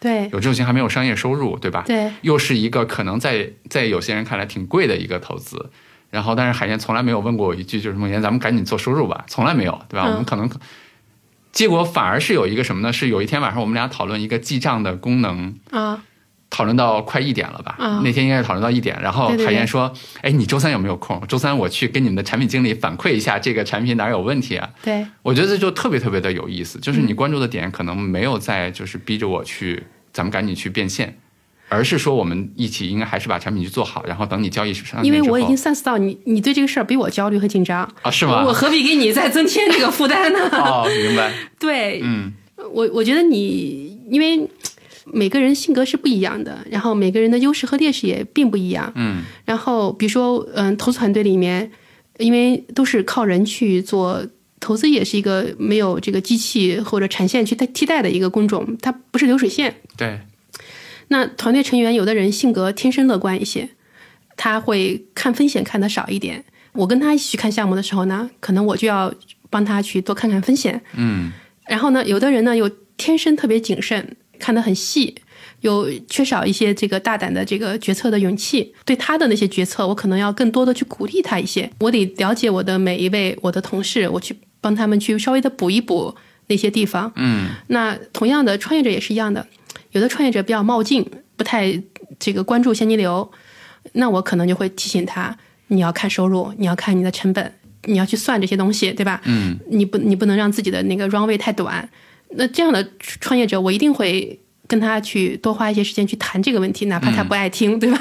对， 有志有行还没有商业收入，对吧？ 对， 又是一个可能在有些人看来挺贵的一个投资。然后，但是海燕从来没有问过我一句，就是梦妍，咱们赶紧做收入吧，从来没有，对吧？我们可能，结果反而是有一个什么呢？是有一天晚上我们俩讨论一个记账的功能啊， 讨论到快1点了吧？那天应该是讨论到1点，然后海燕说：“哎，你周3有没有空？周3我去跟你们的产品经理反馈一下这个产品哪有问题啊？” 对， 我觉得这就特别特别的有意思，就是你关注的点可能没有在就是逼着我去，咱们赶紧去变现。而是说我们一起应该还是把产品去做好，然后等你交易上面之后， 因为我已经sense到你对这个事儿比我焦虑和紧张啊，是吗？ 我何必给你再增添这个负担呢？ 哦，明白。 对，我觉得你因为每个人性格是不一样的，然后每个人的优势和劣势也并不一样，然后比如说投资团队里面，因为都是靠人去做。投资也是一个没有这个机器或者产线去替代的一个工种，它不是流水线。 对。 那团队成员有的人性格天生乐观一些，他会看风险看得少一点。我跟他一起去看项目的时候呢，可能我就要帮他去多看看风险。然后呢，有的人呢又天生特别谨慎，看得很细，又缺少一些这个大胆的这个决策的勇气。对他的那些决策，我可能要更多的去鼓励他一些。我得了解我的每一位我的同事，我去帮他们去稍微的补一补那些地方。那同样的，创业者也是一样的。有的创业者比较冒进，不太这个关注现金流，那我可能就会提醒他，你要看收入，你要看你的成本，你要去算这些东西，对吧？你不能让自己的那个 runway 太短。那这样的创业者，我一定会跟他去多花一些时间去谈这个问题，哪怕他不爱听，对吧？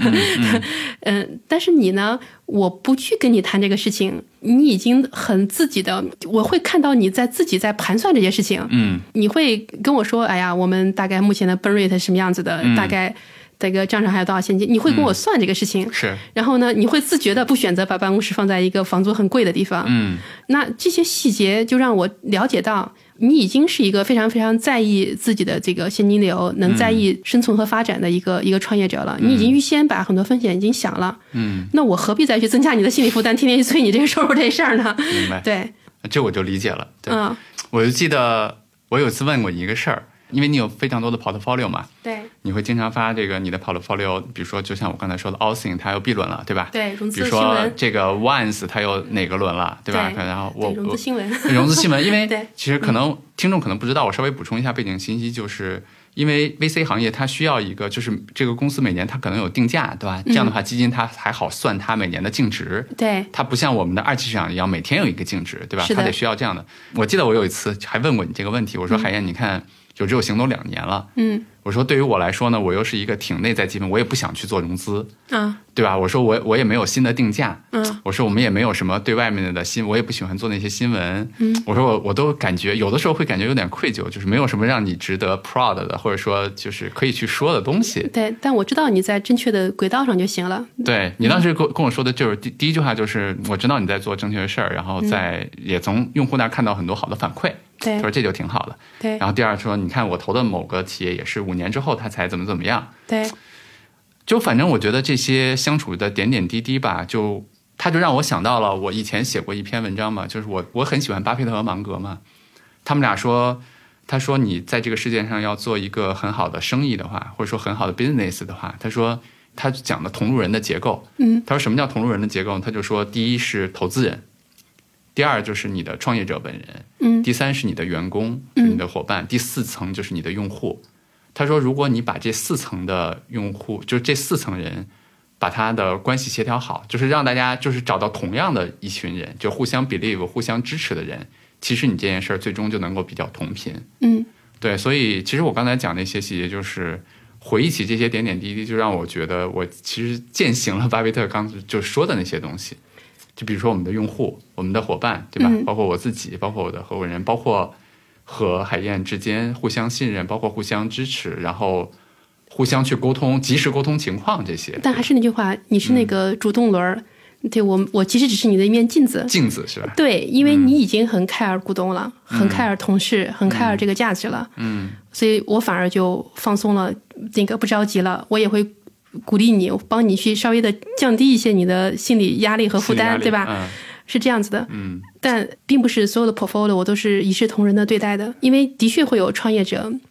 但是你呢，我不去跟你谈这个事情，你已经很自己的，我会看到你自己在盘算这些事情。你会跟我说，哎呀，我们大概目前的 burn rate 是什么样子的，大概这个账上还有多少现金，你会跟我算这个事情。 是。 然后呢，你会自觉的不选择把办公室放在一个房租很贵的地方。那这些细节就让我了解到，你已经是一个非常非常在意自己的这个现金流，能在意生存和发展的一个创业者了。你已经预先把很多风险已经想了。那我何必再去增加你的心理负担，天天去催你这个收入这事儿呢？ 明白。 对， 这我就理解了。对，我就记得我有一次问过你一个事儿。因为你有非常多的 portfolio 嘛， 对， 你会经常发这个你的 portfolio， 比如说就像我刚才说的 Allthing 它又 B 轮了，对吧？ 对，融资新闻。比如说这个 Once 它又哪个轮了，对吧？ 对， 然后融资新闻， 融资新闻，因为其实可能听众可能不知道，我稍微补充一下背景信息，就是因为 VC 行业它需要一个，就是这个公司每年它可能有定价，对吧？这样的话基金它还好算它每年的净值， 对， 它不像我们的二级市场一样每天有一个净值，对吧？ 它得需要这样的。我记得我有一次还问过你这个问题，我说海燕，你看。有志有行都2年了，我说对于我来说呢，我又是一个挺内在积分，我也不想去做融资，对吧？我说我也没有新的定价，我说我们也没有什么对外面的我也不喜欢做那些新闻，我说我都感觉有的时候会感觉有点愧疚，就是没有什么让你值得 proud 的，或者说就是可以去说的东西。 对，但我知道你在正确的轨道上就行了。 对，你当时跟我说的就是第一句话就是我知道你在做正确的事儿，然后也从用户那儿看到很多好的反馈。 对， 他说这就挺好的。 对， 然后第二说，你看我投的某个企业也是5年之后他才怎么样。 对， 就反正我觉得这些相处的点点滴滴吧，他就让我想到了我以前写过一篇文章嘛，就是我很喜欢巴菲特和芒格嘛，他们俩说，他说你在这个世界上要做一个很好的生意的话，或者说很好的 business 的话，他说他讲的同路人的结构，他说什么叫同路人的结构？他就说第一是投资人。第二就是你的创业者本人，第三是你的员工，是你的伙伴，第4层就是你的用户。他说，如果你把这4层的用户，就是这4层人，把他的关系协调好，就是让大家就是找到同样的一群人，就互相 believe、互相支持的人，其实你这件事儿最终就能够比较同频。对，所以其实我刚才讲那些细节，就是回忆起这些点点滴滴，就让我觉得我其实践行了巴菲特刚就说的那些东西。就比如说我们的用户，我们的伙伴，对吧？包括我自己，包括我的合伙人，包括和海燕之间互相信任，包括互相支持，然后互相去沟通，及时沟通情况这些。 但还是那句话，你是那个主动轮，对我其实只是你的一面镜子。 镜子是吧？ 对，因为你已经很 care 股东了，很 care 同事，很 care 这个价值了。所以我反而就放松了，那个不着急了，我也会。鼓励你，帮你去稍微的降低一些你的心理压力和负担，对吧？是这样子的。但并不是所有的 portfolio 我都是一视同仁的对待的，因为的确会有创业者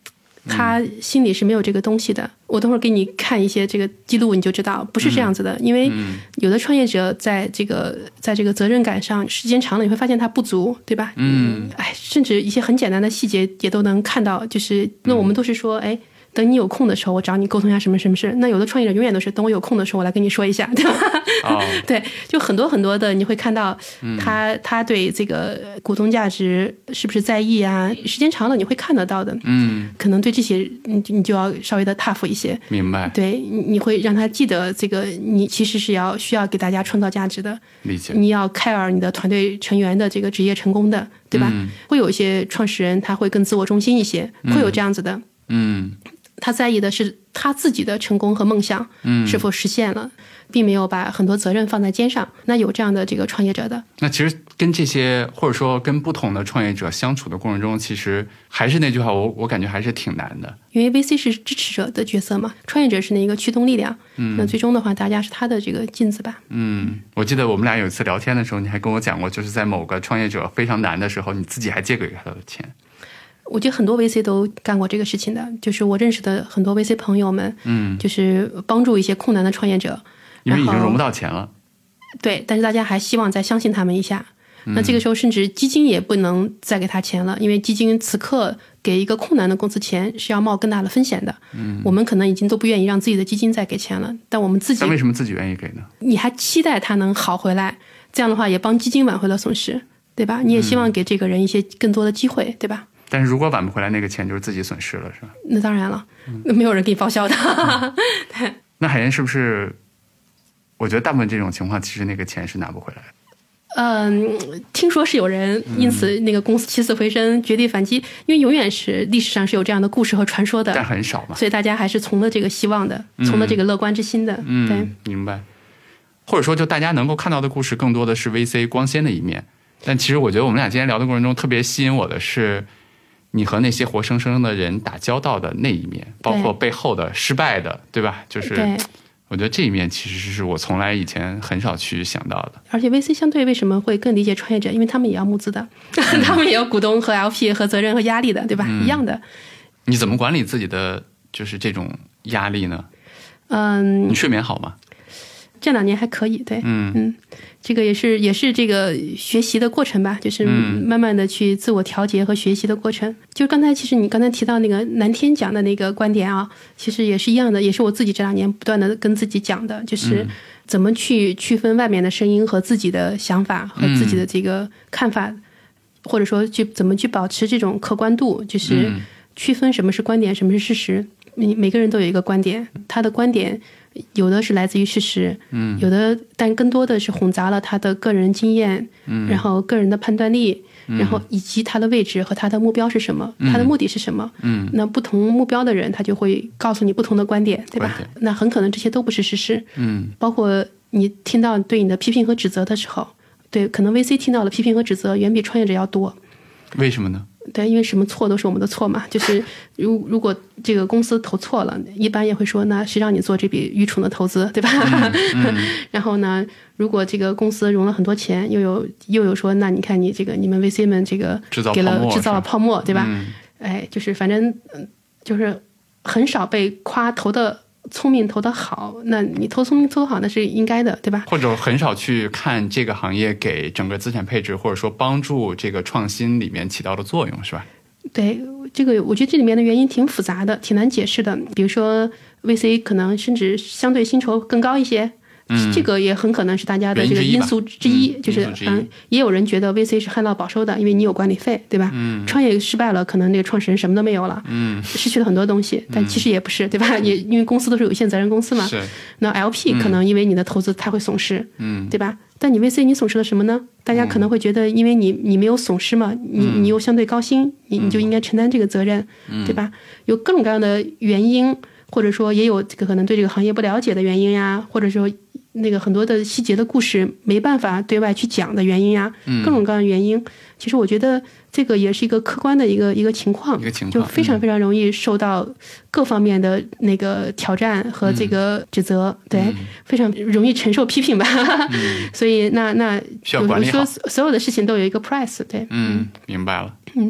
他心里是没有这个东西的。我等会儿给你看一些这个记录，你就知道不是这样子的。因为有的创业者在这个责任感上时间长了，你会发现他不足，对吧？甚至一些很简单的细节也都能看到。就是那我们都是说，等你有空的时候，我找你沟通一下什么什么事。那有的创业者永远都是等我有空的时候，我来跟你说一下，对吧？对，就很多很多的，你会看到他对这个股东价值是不是在意啊？时间长了你会看得到的。可能对这些你就要稍微的 tough 一些。 明白。 对，你会让他记得这个，你其实是需要给大家创造价值的。 理解。 你要 care 你的团队成员的这个职业成功的，对吧？会有一些创始人他会更自我中心一些，会有这样子的。他在意的是他自己的成功和梦想是否实现了，并没有把很多责任放在肩上。那有这样的这个创业者的。 那其实跟这些或者说跟不同的创业者相处的过程中，其实还是那句话，我感觉还是挺难的。 因为 VC 是支持者的角色嘛，创业者是那个驱动力量。那最终的话，大家是他的这个镜子吧。 我记得我们俩有一次聊天的时候，你还跟我讲过，就是在某个创业者非常难的时候，你自己还借给他的钱。 我觉得很多 VC 都干过这个事情的，就是我认识的很多 VC 朋友们，就是帮助一些困难的创业者， 因为已经融不到钱了。 对，但是大家还希望再相信他们一下。那这个时候甚至基金也不能再给他钱了，因为基金此刻给一个困难的公司钱是要冒更大的风险的。我们可能已经都不愿意让自己的基金再给钱了，但我们自己， 但为什么自己愿意给呢？ 你还期待他能好回来，这样的话也帮基金挽回了损失，对吧？你也希望给这个人一些更多的机会，对吧？ 但是如果挽不回来，那个钱就是自己损失了，是吧？ 那当然了，没有人给你报销的。对。 那海燕是不是？我觉得大部分这种情况，其实那个钱是拿不回来的。 听说是有人因此那个公司起死回生，绝地反击，因为永远是历史上是有这样的故事和传说的， 但很少嘛。 所以大家还是从了这个希望的，从了这个乐观之心的。对， 明白。或者说，就大家能够看到的故事，更多的是 VC 光鲜的一面。但其实我觉得我们俩今天聊的过程中，特别吸引我的是你和那些活生生的人打交道的那一面，包括背后的失败的，对吧？就是我觉得这一面其实是我从来以前很少去想到的。 而且 VC 相对为什么会更理解创业者？因为他们也要募资的，他们也有股东和 LP 和责任和压力的，对吧？一样的。 你怎么管理自己的就是这种压力呢？你睡眠好吗？ 这2年还可以，对，这个也是这个学习的过程吧，就是慢慢的去自我调节和学习的过程。就其实你刚才提到那个南天讲的那个观点啊，其实也是一样的，也是我自己这2年不断的跟自己讲的，就是怎么去区分外面的声音和自己的想法和自己的这个看法，或者说怎么去保持这种客观度，就是区分什么是观点，什么是事实。每个人都有一个观点，他的观点有的是来自于事实，有的但更多的是混杂了他的个人经验，然后个人的判断力，然后以及他的位置和他的目标是什么，他的目的是什么。那不同目标的人，他就会告诉你不同的观点，对吧？那很可能这些都不是事实。包括你听到对你的批评和指责的时候，对，可能 VC 听到的批评和指责远比创业者要多。 为什么呢？ 对，因为什么错都是我们的错嘛，就是如果这个公司投错了，一般也会说，那谁让你做这笔愚蠢的投资，对吧？然后呢，如果这个公司融了很多钱，又有说，那你看你们 VC 们这个制造了泡沫，对吧？就是反正就是很少被夸投的聪明投得好，那你投聪明投得好那是应该的，对吧？ 或者很少去看这个行业给整个资产配置或者说帮助这个创新里面起到的作用，是吧？ 对，这个我觉得这里面的原因挺复杂的，挺难解释的。比如说 VC 可能甚至相对薪酬更高一些，这个也很可能是大家的这个因素之一，就是也有人觉得 VC 是旱涝保收的，因为你有管理费，对吧？创业失败了，可能那个创始人什么都没有了，失去了很多东西，但其实也不是，对吧？也因为公司都是有限责任公司嘛，那 LP 可能因为你的投资它会损失，对吧？但你 VC 你损失了什么呢？大家可能会觉得，因为你没有损失嘛，你又相对高薪，你就应该承担这个责任，对吧？有各种各样的原因，或者说也有这个可能对这个行业不了解的原因呀，或者说那个很多的细节的故事没办法对外去讲的原因呀，各种各样的原因。其实我觉得这个也是一个客观的一个情况，就非常非常容易受到各方面的那个挑战和这个指责，对，非常容易承受批评吧。所以那需要管理好， 说所有的事情都有一个 price， 对， 明白了。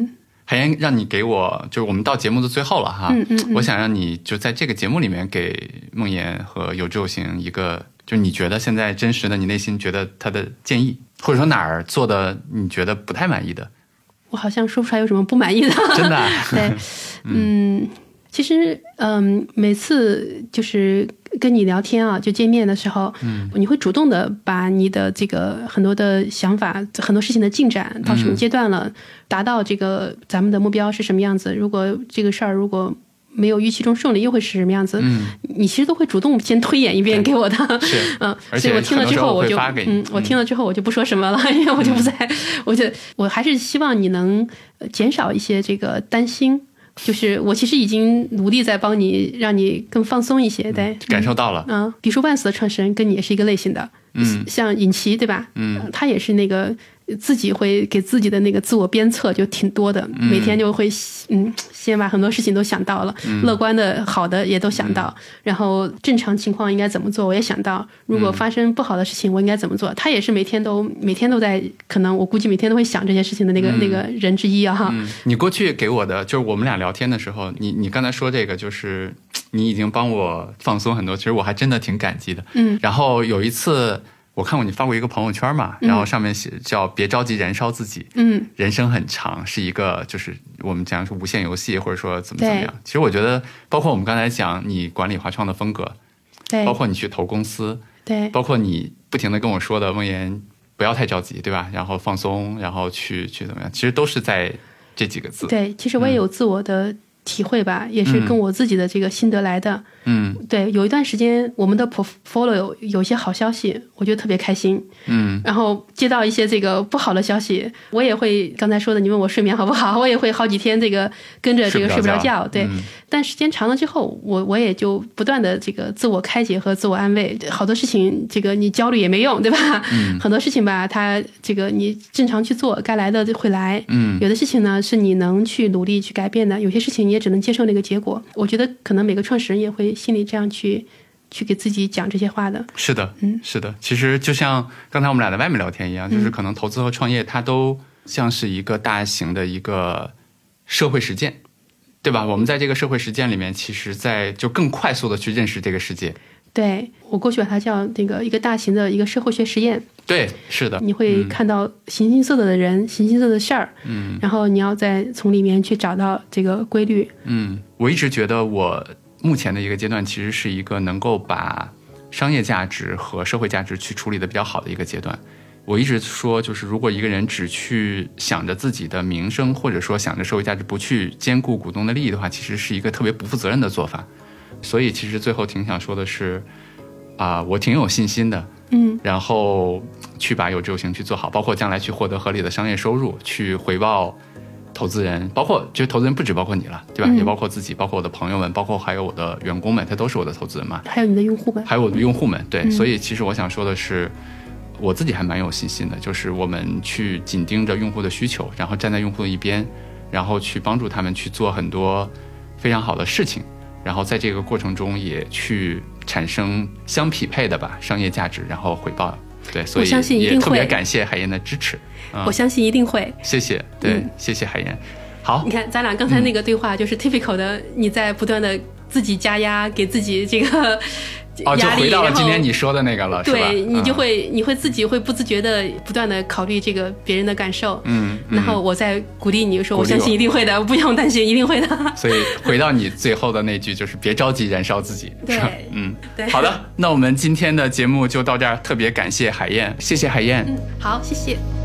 海燕让你给我，就是我们到节目的最后了哈，我想让你就在这个节目里面给梦妍和有志有行一个，就是你觉得现在真实的你内心觉得他的建议，或者说哪儿做的你觉得不太满意的。 我好像说不出来有什么不满意的。 真的啊？ 对，其实每次就是跟你聊天啊，就见面的时候，你会主动的把你的这个很多的想法、很多事情的进展到什么阶段了，达到这个咱们的目标是什么样子，如果这个事儿如果没有预期中顺利，又会是什么样子？你其实都会主动先推演一遍给我的。 是， 所以我听了之后我就我听了之后我就不说什么了，因为我就不在，我还是希望你能减少一些这个担心。就是我其实已经努力在帮你，让你更放松一些，对， 感受到了。 比如说万斯的创始人跟你也是一个类型的，像尹奇对吧？他也是那个自己会给自己的那个自我鞭策就挺多的，每天就会先把很多事情都想到了，乐观的好的也都想到，然后正常情况应该怎么做我也想到，如果发生不好的事情我应该怎么做，他也是每天都在，可能我估计每天都会想这些事情的那个人之一啊。 你过去给我的就是我们俩聊天的时候，你刚才说这个就是你已经帮我放松很多，其实我还真的挺感激的。然后有一次我看过你发过一个朋友圈嘛，然后上面写叫别着急燃烧自己，人生很长，是一个就是我们讲是无限游戏，或者说怎么样。其实我觉得包括我们刚才讲你管理华创的风格， 对， 包括你去投公司， 对， 包括你不停的跟我说的梦妍不要太着急，对吧？然后放松，然后去怎么样，其实都是在这几个字。 对，其实我也有自我的体会吧，也是跟我自己的这个心得来的。对，有一段时间我们的 portfolio 有一些好消息，我觉得特别开心。然后接到一些这个不好的消息，我也会刚才说的，你问我睡眠好不好，我也会好几天这个跟着这个睡不着觉。对，但时间长了之后，我也就不断的这个自我开解和自我安慰。好多事情这个你焦虑也没用，对吧？很多事情吧，它这个你正常去做，该来的就会来。有的事情呢是你能去努力去改变的，有些事情你也只能接受那个结果。我觉得可能每个创始人也会心里这样去给自己讲这些话的。 是的，是的。其实就像刚才我们俩在外面聊天一样，就是可能投资和创业它都像是一个大型的一个社会实践，对吧？我们在这个社会实践里面，其实在就更快速的去认识这个世界。 对，我过去把它叫那个一个大型的一个社会学实验。 对，是的， 你会看到形形色色的人，形形色色的事儿，然后你要再从里面去找到这个规律。 我一直觉得我目前的一个阶段其实是一个能够把商业价值和社会价值去处理的比较好的一个阶段。我一直说，就是如果一个人只去想着自己的名声，或者说想着社会价值，不去兼顾股东的利益的话，其实是一个特别不负责任的做法。所以其实最后挺想说的是，我挺有信心的，然后去把有志有行去做好，包括将来去获得合理的商业收入，去回报投资人，包括其实投资人不只包括你了，对吧？也包括自己，包括我的朋友们，包括还有我的员工们，他都是我的投资人嘛。 还有你的用户们， 还有我的用户们，对。所以其实我想说的是，我自己还蛮有信心的，就是我们去紧盯着用户的需求，然后站在用户的一边，然后去帮助他们去做很多非常好的事情，然后在这个过程中也去产生相匹配的吧商业价值，然后回报。对，所以也特别感谢海燕的支持。 我相信一定会。 谢谢，对，谢谢海燕。好， 你看咱俩刚才那个对话就是 typical 的，你在不断的自己加压，给自己这个压力， 就回到了今天你说的那个了，是吧？ 对，你就会，你会自己会不自觉的不断的考虑这个别人的感受，然后我再鼓励你说，我相信一定会的，不用担心，一定会的。 所以回到你最后的那句，就是别着急燃烧自己。 对， 对。好的，那我们今天的节目就到这儿，特别感谢海燕，谢谢海燕。 好，谢谢。